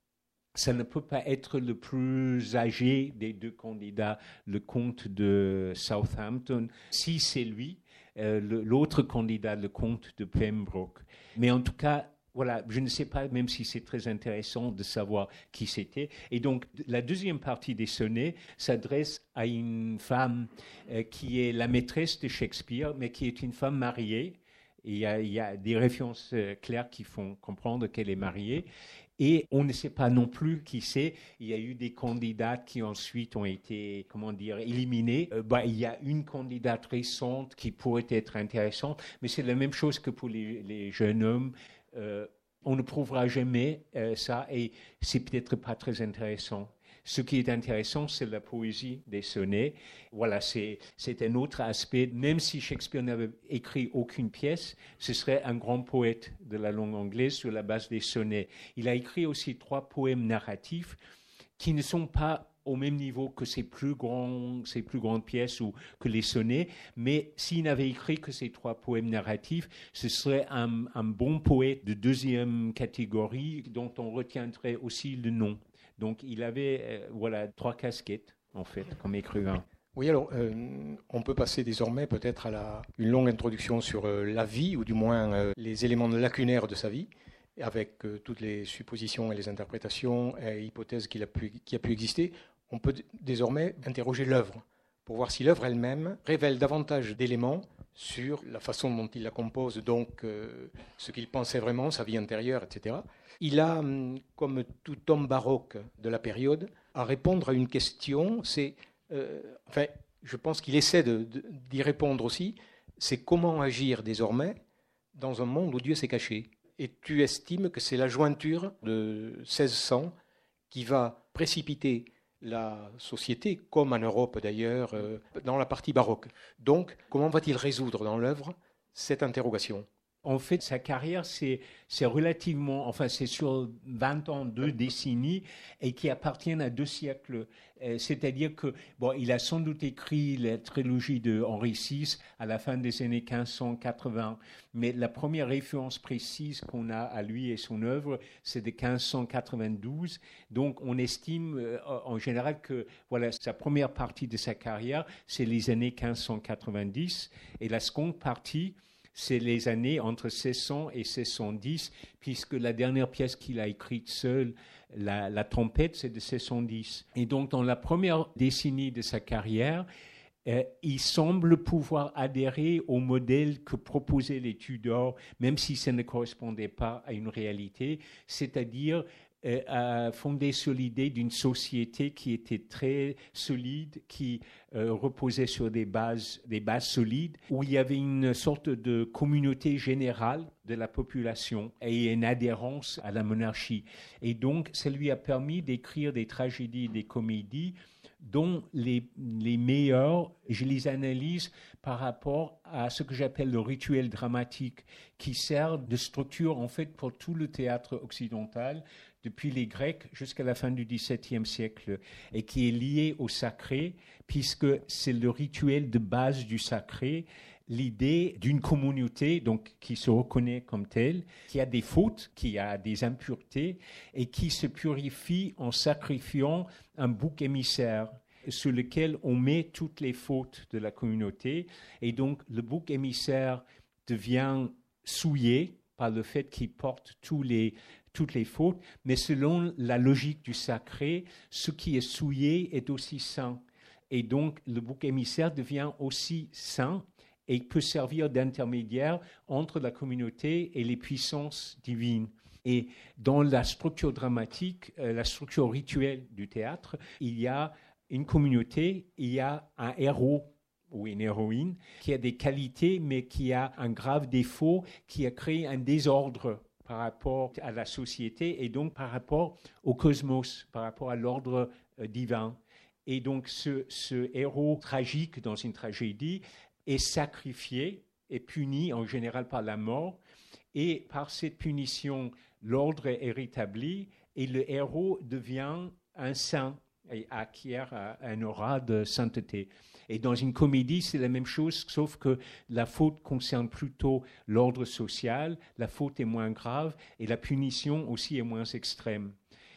ça ne peut pas être le plus âgé des deux candidats, le comte de Southampton, si c'est lui, euh, le, l'autre candidat, le comte de Pembroke. Mais en tout cas, voilà, je ne sais pas même si c'est très intéressant de savoir qui c'était. Et donc, la deuxième partie des sonnets s'adresse à une femme euh, qui est la maîtresse de Shakespeare, mais qui est une femme mariée. Et il y a, il y a des références euh, claires qui font comprendre qu'elle est mariée. Et on ne sait pas non plus qui c'est. Il y a eu des candidates qui ensuite ont été, comment dire, éliminées. Euh, bah, il y a une candidate récente qui pourrait être intéressante, mais c'est la même chose que pour les, les jeunes hommes. Euh, on ne prouvera jamais euh, ça et c'est peut-être pas très intéressant. Ce qui est intéressant, c'est la poésie des sonnets. Voilà, c'est, c'est un autre aspect. Même si Shakespeare n'avait écrit aucune pièce, ce serait un grand poète de la langue anglaise sur la base des sonnets. Il a écrit aussi trois poèmes narratifs qui ne sont pas au même niveau que ses plus, grands, ses plus grandes pièces ou que les sonnets, mais s'il n'avait écrit que ces trois poèmes narratifs, ce serait un, un bon poète de deuxième catégorie dont on retiendrait aussi le nom. Donc il avait euh, voilà, trois casquettes, en fait, comme écrivain. Oui, alors, euh, on peut passer désormais peut-être à la, une longue introduction sur euh, la vie, ou du moins euh, les éléments lacunaires de sa vie, avec euh, toutes les suppositions et les interprétations et hypothèses qu'il a pu, qui a pu exister. On peut d- désormais interroger l'œuvre, pour voir si l'œuvre elle-même révèle davantage d'éléments sur la façon dont il la compose, donc euh, ce qu'il pensait vraiment, sa vie intérieure, et cetera. Il a, comme tout homme baroque de la période, à répondre à une question, c'est, euh, enfin, je pense qu'il essaie de, de, d'y répondre aussi, c'est comment agir désormais dans un monde où Dieu s'est caché. Et tu estimes que c'est la jointure de seize cents qui va précipiter la société, comme en Europe d'ailleurs, euh, dans la partie baroque. Donc, comment va-t-il résoudre dans l'œuvre cette interrogation ? En fait, sa carrière, c'est, c'est relativement, enfin, c'est sur vingt ans, deux décennies, et qui appartiennent à deux siècles. Euh, c'est-à-dire que, bon, il a sans doute écrit la trilogie de Henri six à la fin des années quinze cent quatre-vingts, mais la première référence précise qu'on a à lui et son œuvre, c'est de quinze cent quatre-vingt-douze. Donc, on estime euh, en général que, voilà, sa première partie de sa carrière, c'est les années quinze cent quatre-vingt-dix, et la seconde partie, c'est les années entre seize cents et seize cent dix, puisque la dernière pièce qu'il a écrite seul, la, la trompette, c'est de seize cent dix. Et donc, dans la première décennie de sa carrière, euh, il semble pouvoir adhérer au modèle que proposaient les Tudors, même si ça ne correspondait pas à une réalité, c'est-à-dire euh, à fonder sur l'idée d'une société qui était très solide, qui euh, reposait sur des bases, des bases solides, où il y avait une sorte de communauté générale de la population et une adhérence à la monarchie. Et donc, ça lui a permis d'écrire des tragédies et des comédies dont les, les meilleurs, je les analyse par rapport à ce que j'appelle le rituel dramatique, qui sert de structure en fait pour tout le théâtre occidental, depuis les Grecs jusqu'à la fin du dix-septième siècle, et qui est lié au sacré, puisque c'est le rituel de base du sacré, l'idée d'une communauté donc, qui se reconnaît comme telle, qui a des fautes, qui a des impuretés et qui se purifie en sacrifiant un bouc émissaire sur lequel on met toutes les fautes de la communauté. Et donc, le bouc émissaire devient souillé par le fait qu'il porte tous les, toutes les fautes, mais selon la logique du sacré, ce qui est souillé est aussi saint. Et donc, le bouc émissaire devient aussi saint et peut servir d'intermédiaire entre la communauté et les puissances divines. Et dans la structure dramatique, euh, la structure rituelle du théâtre, il y a une communauté, il y a un héros ou une héroïne qui a des qualités, mais qui a un grave défaut, qui a créé un désordre par rapport à la société et donc par rapport au cosmos, par rapport à l'ordre euh, divin. Et donc ce, ce héros tragique dans une tragédie est sacrifié et puni en général par la mort. Et par cette punition, l'ordre est rétabli et le héros devient un saint et acquiert un aura de sainteté. Et dans une comédie, c'est la même chose, sauf que la faute concerne plutôt l'ordre social, la faute est moins grave et la punition aussi est moins extrême.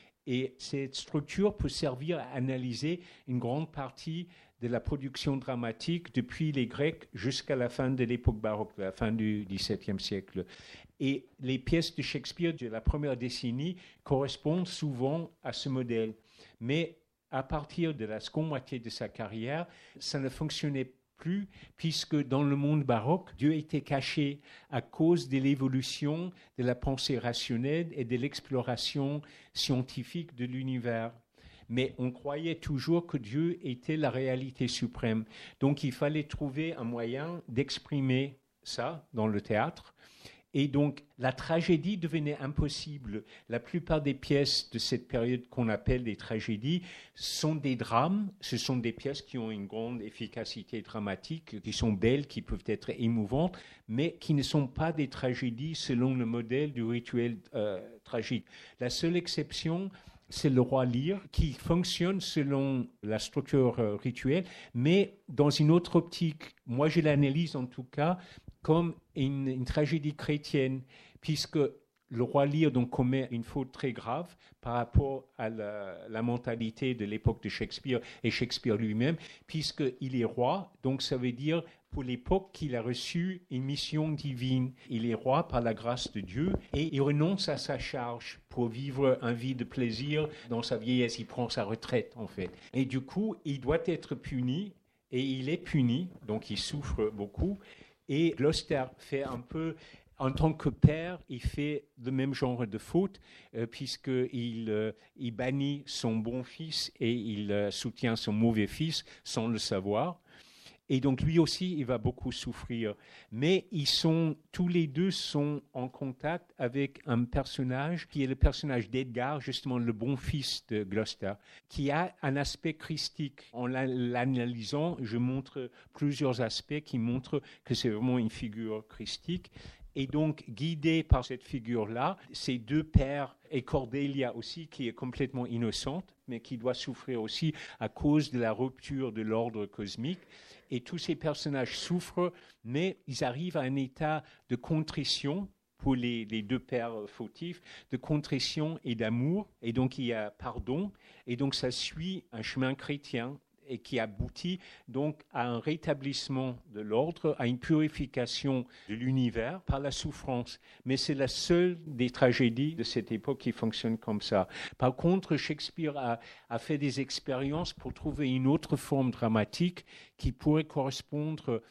Et cette structure peut servir à analyser une grande partie de la production dramatique depuis les Grecs jusqu'à la fin de l'époque baroque, la fin du dix-septième siècle. Et les pièces de Shakespeare de la première décennie correspondent souvent à ce modèle. Mais à partir de la seconde moitié de sa carrière, ça ne fonctionnait plus, puisque dans le monde baroque, Dieu était caché à cause de l'évolution de la pensée rationnelle et de l'exploration scientifique de l'univers. Mais on croyait toujours que Dieu était la réalité suprême. Donc il fallait trouver un moyen d'exprimer ça dans le théâtre. Et donc, la tragédie devenait impossible. La plupart des pièces de cette période qu'on appelle des tragédies sont des drames. Ce sont des pièces qui ont une grande efficacité dramatique, qui sont belles, qui peuvent être émouvantes, mais qui ne sont pas des tragédies selon le modèle du rituel euh, tragique. La seule exception, c'est le roi Lear, qui fonctionne selon la structure euh, rituelle, mais dans une autre optique. Moi, je l'analyse en tout cas comme une, une tragédie chrétienne, puisque le roi Lear donc, commet une faute très grave par rapport à la, la mentalité de l'époque de Shakespeare et Shakespeare lui-même, puisqu'il est roi, donc ça veut dire pour l'époque qu'il a reçu une mission divine. Il est roi par la grâce de Dieu et il renonce à sa charge pour vivre une vie de plaisir. Dans sa vieillesse, il prend sa retraite en fait. Et du coup, il doit être puni et il est puni, donc il souffre beaucoup. Et Gloucester fait un peu, en tant que père, il fait le même genre de faute, euh, puisqu'il euh, il bannit son bon fils et il euh, soutient son mauvais fils sans le savoir. Et donc lui aussi, il va beaucoup souffrir. Mais ils sont, tous les deux sont en contact avec un personnage qui est le personnage d'Edgar, justement le bon fils de Gloucester, qui a un aspect christique. En l'analysant, je montre plusieurs aspects qui montrent que c'est vraiment une figure christique. Et donc, guidé par cette figure-là, ces deux pères, et Cordelia aussi, qui est complètement innocente, mais qui doit souffrir aussi à cause de la rupture de l'ordre cosmique. Et tous ces personnages souffrent, mais ils arrivent à un état de contrition pour les, les deux pères fautifs, de contrition et d'amour. Et donc, il y a pardon. Et donc, ça suit un chemin chrétien et qui aboutit donc à un rétablissement de l'ordre, à une purification de l'univers par la souffrance. Mais c'est la seule des tragédies de cette époque qui fonctionne comme ça. Par contre, Shakespeare a, a fait des expériences pour trouver une autre forme dramatique qui pourrait correspondre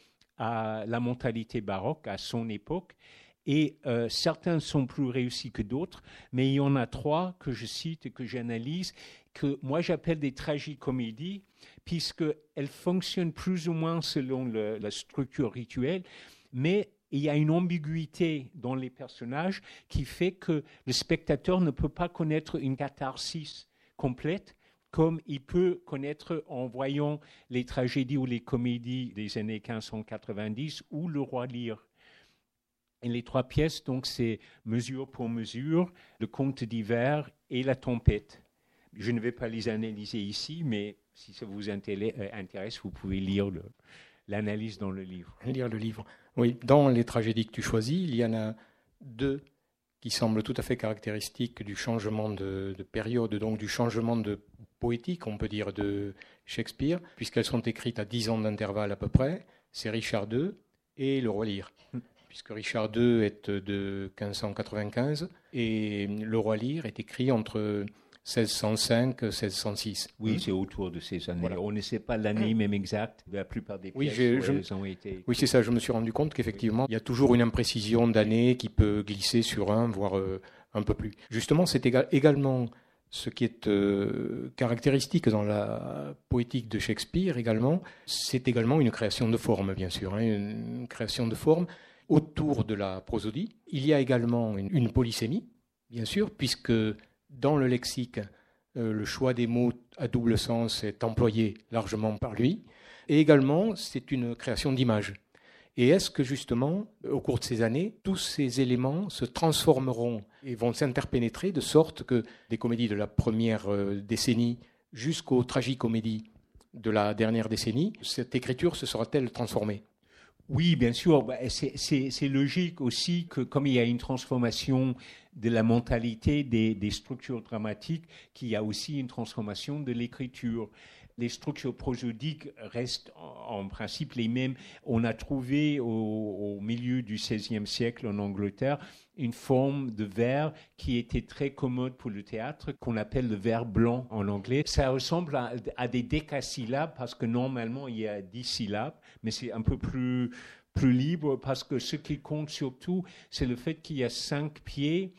à la mentalité baroque, à son époque. Et euh, certains sont plus réussis que d'autres, mais il y en a trois que je cite et que j'analyse, que moi j'appelle des tragicomédies, puisqu'elles fonctionnent plus ou moins selon le, la structure rituelle, mais il y a une ambiguïté dans les personnages qui fait que le spectateur ne peut pas connaître une catharsis complète, comme il peut connaître en voyant les tragédies ou les comédies des années quinze cent quatre-vingt-dix ou Le Roi Lear. Et les trois pièces, donc, c'est Mesure pour mesure, Le Conte d'hiver et La Tempête. Je ne vais pas les analyser ici, mais si ça vous intéresse, vous pouvez lire le, l'analyse dans le livre. Lire le livre. Oui, dans les tragédies que tu choisis, il y en a deux qui semblent tout à fait caractéristiques du changement de, de période, donc du changement de poétique, on peut dire, de Shakespeare, puisqu'elles sont écrites à dix ans d'intervalle à peu près. C'est Richard deux et Le Roi Lear, puisque Richard deux est de quinze cent quatre-vingt-quinze et Le Roi Lear est écrit entre seize cent cinq et seize cent six. Oui, mmh. c'est autour de ces années. Voilà. On ne sait pas l'année même exacte. La plupart des oui, pièces je, je, ont été... Oui, c'est ça. Je me suis rendu compte qu'effectivement, il y a toujours une imprécision d'année qui peut glisser sur un, voire euh, un peu plus. Justement, c'est éga- également ce qui est euh, caractéristique dans la poétique de Shakespeare également. C'est également une création de forme, bien sûr. Hein, une création de forme autour de la prosodie. Il y a également une, une polysémie, bien sûr, puisque dans le lexique, euh, le choix des mots à double sens est employé largement par lui. Et également, c'est une création d'images. Et est-ce que justement, au cours de ces années, tous ces éléments se transformeront et vont s'interpénétrer de sorte que des comédies de la première euh, décennie jusqu'aux tragicomédies de la dernière décennie, cette écriture se sera-t-elle transformée ? Oui, bien sûr. C'est, c'est, c'est logique aussi que comme il y a une transformation de la mentalité des, des structures dramatiques, qu'il y a aussi une transformation de l'écriture. Les structures prosodiques restent en, en principe les mêmes. On a trouvé au, au milieu du seizième siècle en Angleterre une forme de vers qui était très commode pour le théâtre, qu'on appelle le vers blanc en anglais. Ça ressemble à, à des décasyllabes parce que normalement il y a dix syllabes, mais c'est un peu plus, plus libre parce que ce qui compte surtout, c'est le fait qu'il y a cinq pieds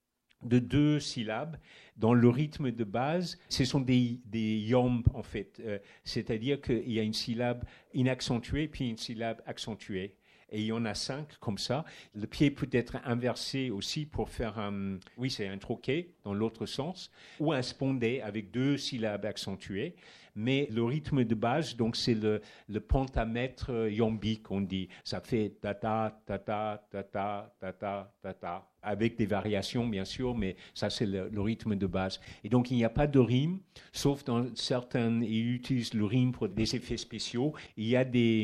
de deux syllabes. Dans le rythme de base, ce sont des, des yombs, en fait. Euh, c'est-à-dire qu'il y a une syllabe inaccentuée puis une syllabe accentuée. Et il y en a cinq comme ça. Le pied peut être inversé aussi pour faire un... Oui, c'est un troquet dans l'autre sens. Ou un spondé avec deux syllabes accentuées. Mais le rythme de base, donc c'est le, le pentamètre yombique, on dit. Ça fait ta-ta, ta-ta, ta-ta, ta-ta, ta-ta. Avec des variations, bien sûr, mais ça, c'est le, le rythme de base. Et donc, il n'y a pas de rime, sauf dans certains... Ils utilisent le rime pour des effets spéciaux. Il y a des,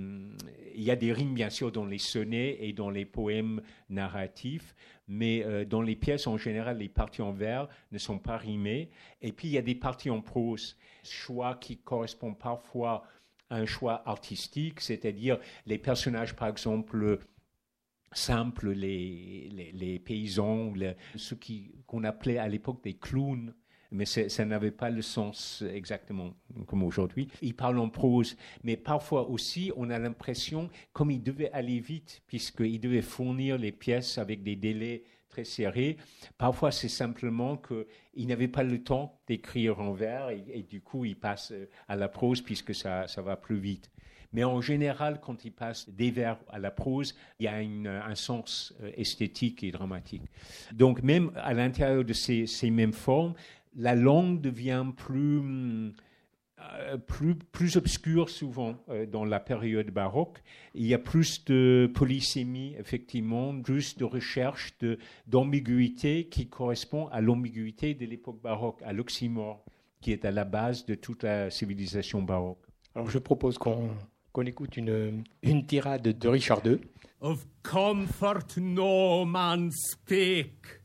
il y a des rimes, bien sûr, dans les sonnets et dans les poèmes narratifs, mais euh, dans les pièces, en général, les parties en vers ne sont pas rimées. Et puis, il y a des parties en prose, choix qui correspondent parfois à un choix artistique, c'est-à-dire les personnages, par exemple... simples, les, les, les paysans, les, ceux qui, qu'on appelait à l'époque des clowns, mais ça n'avait pas le sens exactement comme aujourd'hui. Ils parlent en prose, mais parfois aussi, on a l'impression, comme ils devaient aller vite, puisqu'ils devaient fournir les pièces avec des délais très serrés, parfois c'est simplement qu'ils n'avaient pas le temps d'écrire en vers et, et du coup, ils passent à la prose puisque ça, ça va plus vite. Mais en général, quand il passe des vers à la prose, il y a une, un sens esthétique et dramatique. Donc même à l'intérieur de ces, ces mêmes formes, la langue devient plus, euh, plus, plus obscure souvent euh, dans la période baroque. Il y a plus de polysémie, effectivement, plus de recherche de, d'ambiguïté qui correspond à l'ambiguïté de l'époque baroque, à l'oxymore, qui est à la base de toute la civilisation baroque. Alors je propose qu'on... qu'on écoute une, une tirade de Richard deux. Of comfort no man speak.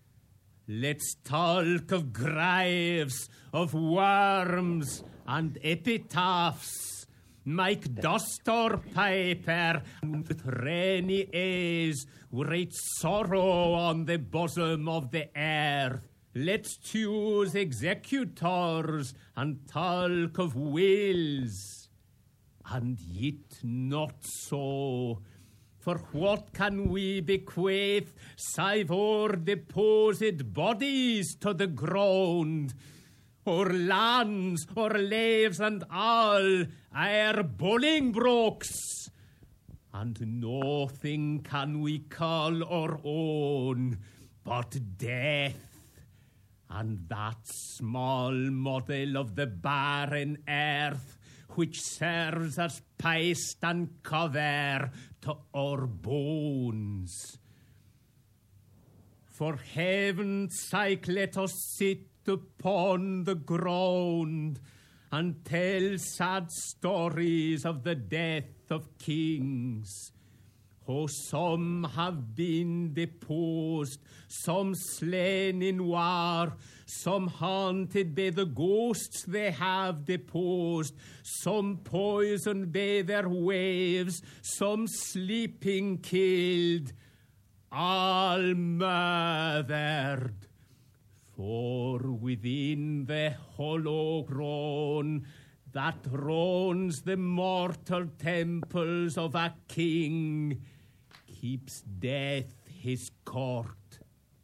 Let's talk of graves, of worms and epitaphs. Make dust or paper with rainy airs, great sorrow on the bosom of the earth. Let's choose executors and talk of wills. And yet not so, for what can we bequeath, save our deposed bodies to the ground, our lands, our lives, and all our Bolingbroke's, and nothing can we call our own but death. And that small model of the barren earth, which serves as paste and cover to our bones. For heaven's sake, let us sit upon the ground and tell sad stories of the death of kings. Oh, some have been deposed, some slain in war, some haunted by the ghosts they have deposed, some poisoned by their waves, some sleeping killed, all murdered. For within the hollow groan that roams the mortal temples of a king keeps death his court.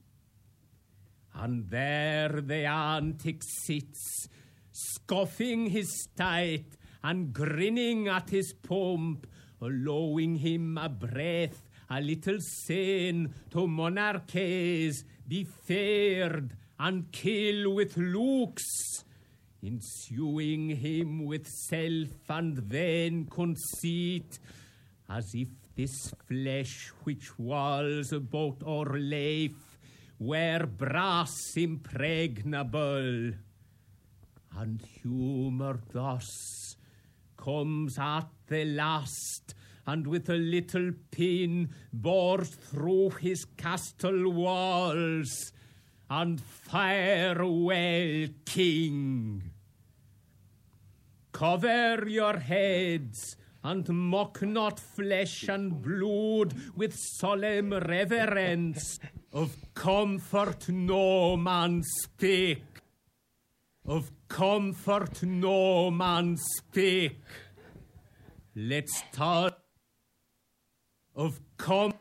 And there the antic sits, scoffing his state and grinning at his pomp, allowing him a breath, a little sin to monarchies be feared and kill with looks, ensuing him with self and vain conceit, as if this flesh which walls about our life were brass impregnable. And humour thus comes at the last, and with a little pin bores through his castle walls, and farewell, king. Cover your heads, and mock not flesh and blood with solemn reverence. Of comfort no man speak. Of comfort no man speak. Let's talk of com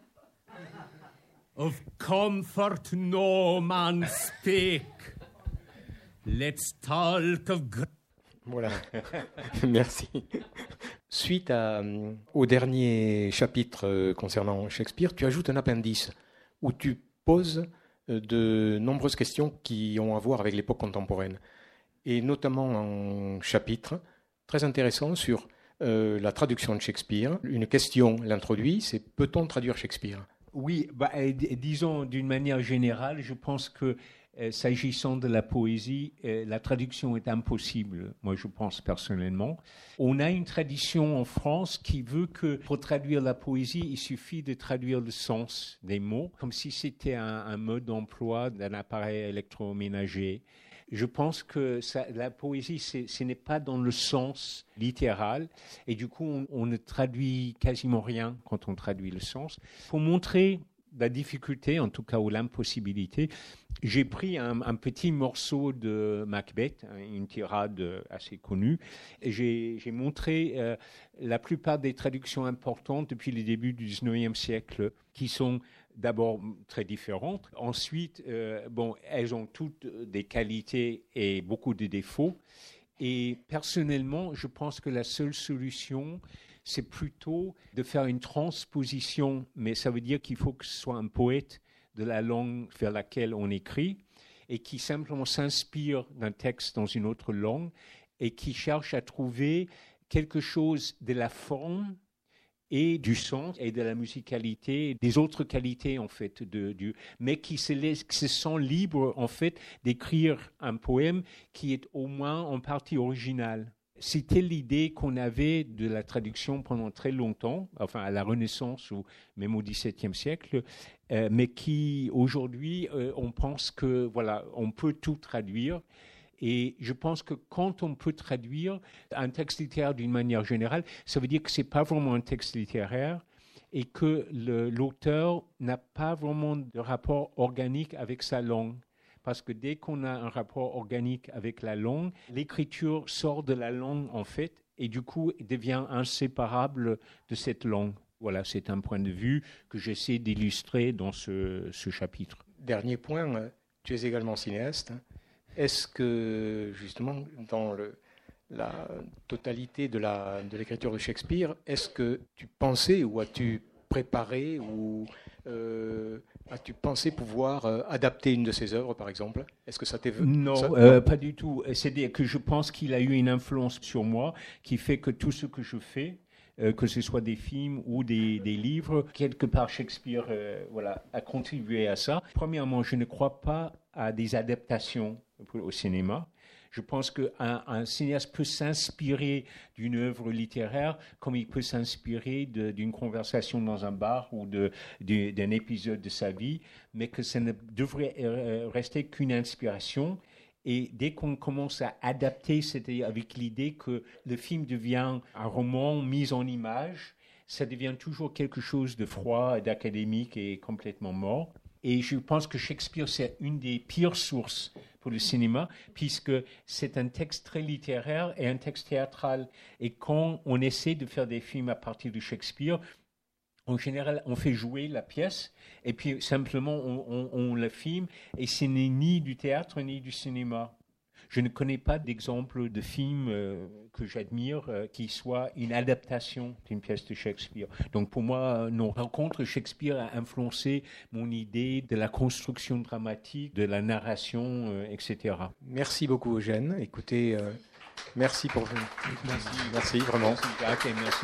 of comfort no man speak. Let's talk of gr- Voilà, merci. Suite à, au dernier chapitre euh, concernant Shakespeare, tu ajoutes un appendice où tu poses euh, de nombreuses questions qui ont à voir avec l'époque contemporaine, et notamment un chapitre très intéressant sur euh, la traduction de Shakespeare. Une question l'introduit, c'est « Peut-on traduire Shakespeare ?» Oui, bah, euh, disons d'une manière générale, je pense que Euh, s'agissant de la poésie, euh, la traduction est impossible, moi je pense personnellement. On a une tradition en France qui veut que pour traduire la poésie, il suffit de traduire le sens des mots, comme si c'était un, un mode d'emploi d'un appareil électroménager. Je pense que ça, la poésie, c'est, ce n'est pas dans le sens littéral, et du coup on, on ne traduit quasiment rien quand on traduit le sens. Pour montrer la difficulté, en tout cas, ou l'impossibilité, j'ai pris un, un petit morceau de Macbeth, une tirade assez connue, et j'ai, j'ai montré euh, la plupart des traductions importantes depuis le début du dix-neuvième siècle, qui sont d'abord très différentes. Ensuite, euh, bon, elles ont toutes des qualités et beaucoup de défauts. Et personnellement, je pense que la seule solution, c'est plutôt de faire une transposition, mais ça veut dire qu'il faut que ce soit un poète de la langue vers laquelle on écrit et qui simplement s'inspire d'un texte dans une autre langue et qui cherche à trouver quelque chose de la forme et du sens et de la musicalité, des autres qualités en fait, de, du, mais qui se, laisse, qui se sent libre en fait d'écrire un poème qui est au moins en partie original. C'était l'idée qu'on avait de la traduction pendant très longtemps, enfin à la Renaissance ou même au dix-septième siècle, euh, mais qui aujourd'hui, euh, on pense que voilà, on peut tout traduire. Et je pense que quand on peut traduire un texte littéraire d'une manière générale, ça veut dire que c'est pas vraiment un texte littéraire et que le, l'auteur n'a pas vraiment de rapport organique avec sa langue. Parce que dès qu'on a un rapport organique avec la langue, l'écriture sort de la langue en fait, et du coup devient inséparable de cette langue. Voilà, c'est un point de vue que j'essaie d'illustrer dans ce, ce chapitre. Dernier point, tu es également cinéaste. Est-ce que, justement, dans le, la totalité de, la, de l'écriture de Shakespeare, est-ce que tu pensais ou as-tu préparé ou euh, as-tu pensé pouvoir euh, adapter une de ses œuvres, par exemple ? Est-ce que ça t'est venu ? Non, ça... euh, pas du tout. C'est-à-dire que je pense qu'il a eu une influence sur moi qui fait que tout ce que je fais, euh, que ce soit des films ou des, des livres, quelque part Shakespeare euh, voilà, a contribué à ça. Premièrement, je ne crois pas à des adaptations au cinéma. Je pense qu'un un cinéaste peut s'inspirer d'une œuvre littéraire comme il peut s'inspirer de, d'une conversation dans un bar ou de, de, d'un épisode de sa vie, mais que ça ne devrait rester qu'une inspiration. Et dès qu'on commence à adapter, c'est-à-dire avec l'idée que le film devient un roman mis en image, ça devient toujours quelque chose de froid, d'académique et complètement mort. Et je pense que Shakespeare, c'est une des pires sources pour le cinéma, puisque c'est un texte très littéraire et un texte théâtral. Et quand on essaie de faire des films à partir de Shakespeare, en général, on fait jouer la pièce et puis simplement on, on, on la filme et ce n'est ni du théâtre ni du cinéma. Je ne connais pas d'exemple de film euh, que j'admire euh, qui soit une adaptation d'une pièce de Shakespeare. Donc pour moi, euh, non. Par contre, Shakespeare a influencé mon idée de la construction dramatique, de la narration, euh, et cetera. Merci beaucoup, Eugène. Écoutez, euh, merci pour vous. Merci, merci vraiment. Merci, Jacques, et merci.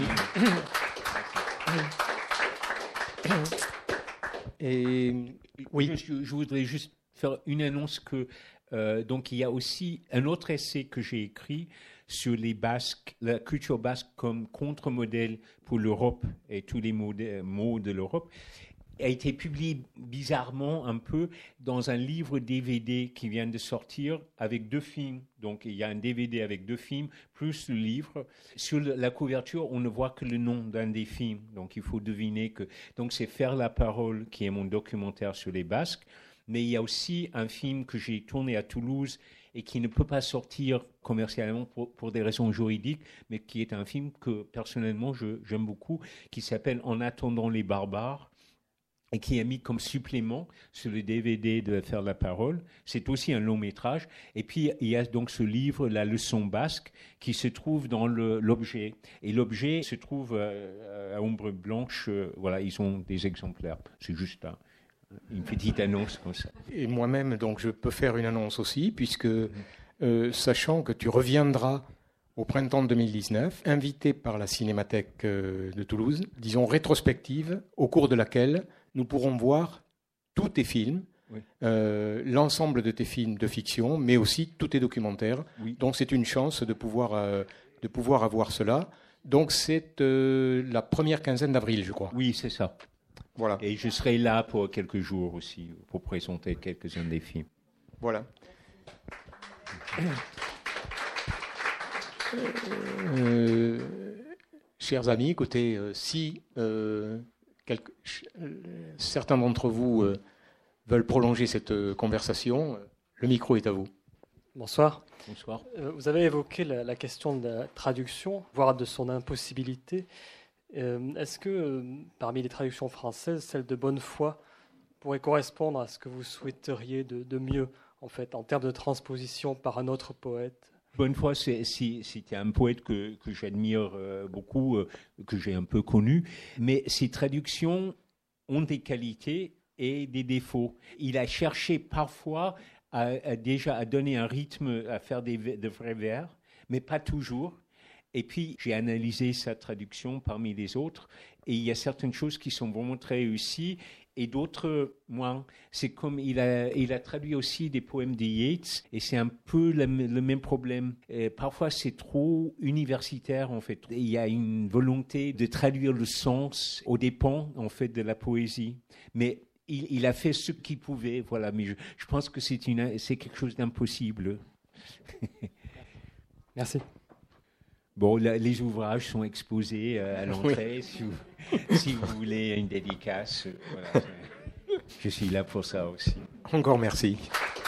Et oui, je, je voudrais juste faire une annonce que euh, donc il y a aussi un autre essai que j'ai écrit sur les Basques, la culture basque comme contre-modèle pour l'Europe et tous les mots de, mots de l'Europe, a été publié bizarrement un peu dans un livre D V D qui vient de sortir avec deux films. Donc il y a un D V D avec deux films plus le livre. Sur la couverture, on ne voit que le nom d'un des films. Donc il faut deviner que donc c'est Faire la parole qui est mon documentaire sur les Basques. Mais il y a aussi un film que j'ai tourné à Toulouse et qui ne peut pas sortir commercialement pour, pour des raisons juridiques, mais qui est un film que personnellement je, j'aime beaucoup, qui s'appelle En attendant les barbares, et qui est mis comme supplément sur le D V D de Faire la parole. C'est aussi un long métrage. Et puis, il y a donc ce livre, La leçon basque, qui se trouve dans le, l'objet. Et l'objet se trouve euh, à ombre blanche. Euh, voilà, ils ont des exemplaires. C'est juste un, une petite annonce comme ça. Et moi-même, donc, je peux faire une annonce aussi, puisque, euh, sachant que tu reviendras au printemps deux mille dix-neuf, invité par la Cinémathèque euh, de Toulouse, disons rétrospective, au cours de laquelle nous pourrons voir tous tes films, oui. euh, l'ensemble de tes films de fiction, mais aussi tous tes documentaires. Oui. Donc c'est une chance de pouvoir, euh, de pouvoir avoir cela. Donc c'est euh, la première quinzaine d'avril, je crois. Oui, c'est ça. Voilà. Et je serai là pour quelques jours aussi, pour présenter quelques-uns des films. Voilà. Euh, chers amis, écoutez, euh, si euh, quelques, euh, certains d'entre vous euh, veulent prolonger cette euh, conversation, euh, le micro est à vous. Bonsoir. Bonsoir. Euh, vous avez évoqué la, la question de la traduction, voire de son impossibilité. Euh, est-ce que euh, parmi les traductions françaises, celle de Bonnefoy pourrait correspondre à ce que vous souhaiteriez de, de mieux, en fait, en termes de transposition par un autre poète ? Bonnefoy, c'est, c'est, c'était un poète que, que j'admire euh, beaucoup, euh, que j'ai un peu connu, mais ses traductions ont des qualités et des défauts. Il a cherché parfois à, à déjà à donner un rythme, à faire des, de vrais vers, mais pas toujours. Et puis, j'ai analysé sa traduction parmi les autres, et il y a certaines choses qui sont vraiment très réussies, et d'autres moins. C'est comme il a, il a traduit aussi des poèmes de Yeats, et c'est un peu le, le même problème. Et parfois, c'est trop universitaire, en fait. Il y a une volonté de traduire le sens aux dépens, en fait, de la poésie. Mais il, il a fait ce qu'il pouvait, voilà. Mais je, je pense que c'est, une, c'est quelque chose d'impossible. Merci. Bon, la, les ouvrages sont exposés euh, à l'entrée, oui. si, vous, si vous voulez une dédicace. Voilà, je suis là pour ça aussi. Encore merci.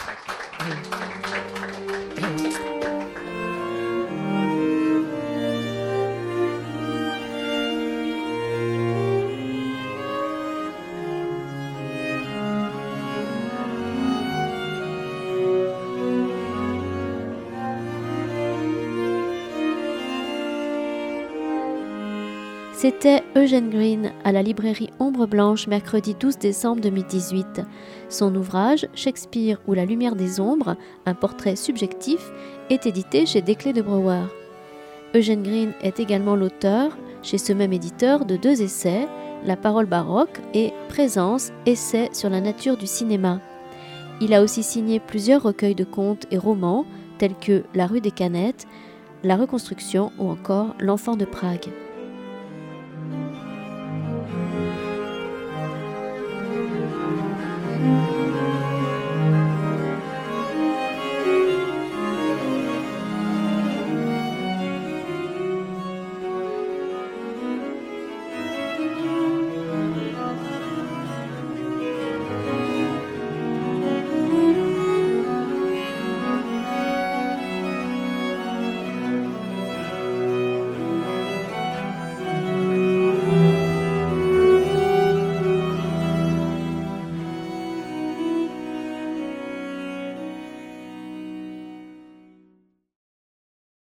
C'était Eugène Green à la librairie Ombre Blanche, mercredi douze décembre deux mille dix-huit. Son ouvrage « Shakespeare ou la lumière des ombres, un portrait subjectif » est édité chez Desclés de Brouwer. Eugène Green est également l'auteur, chez ce même éditeur, de deux essais, La parole baroque et Présence, essai sur la nature du cinéma. Il a aussi signé plusieurs recueils de contes et romans, tels que La rue des Canettes, La Reconstruction ou encore L'Enfant de Prague.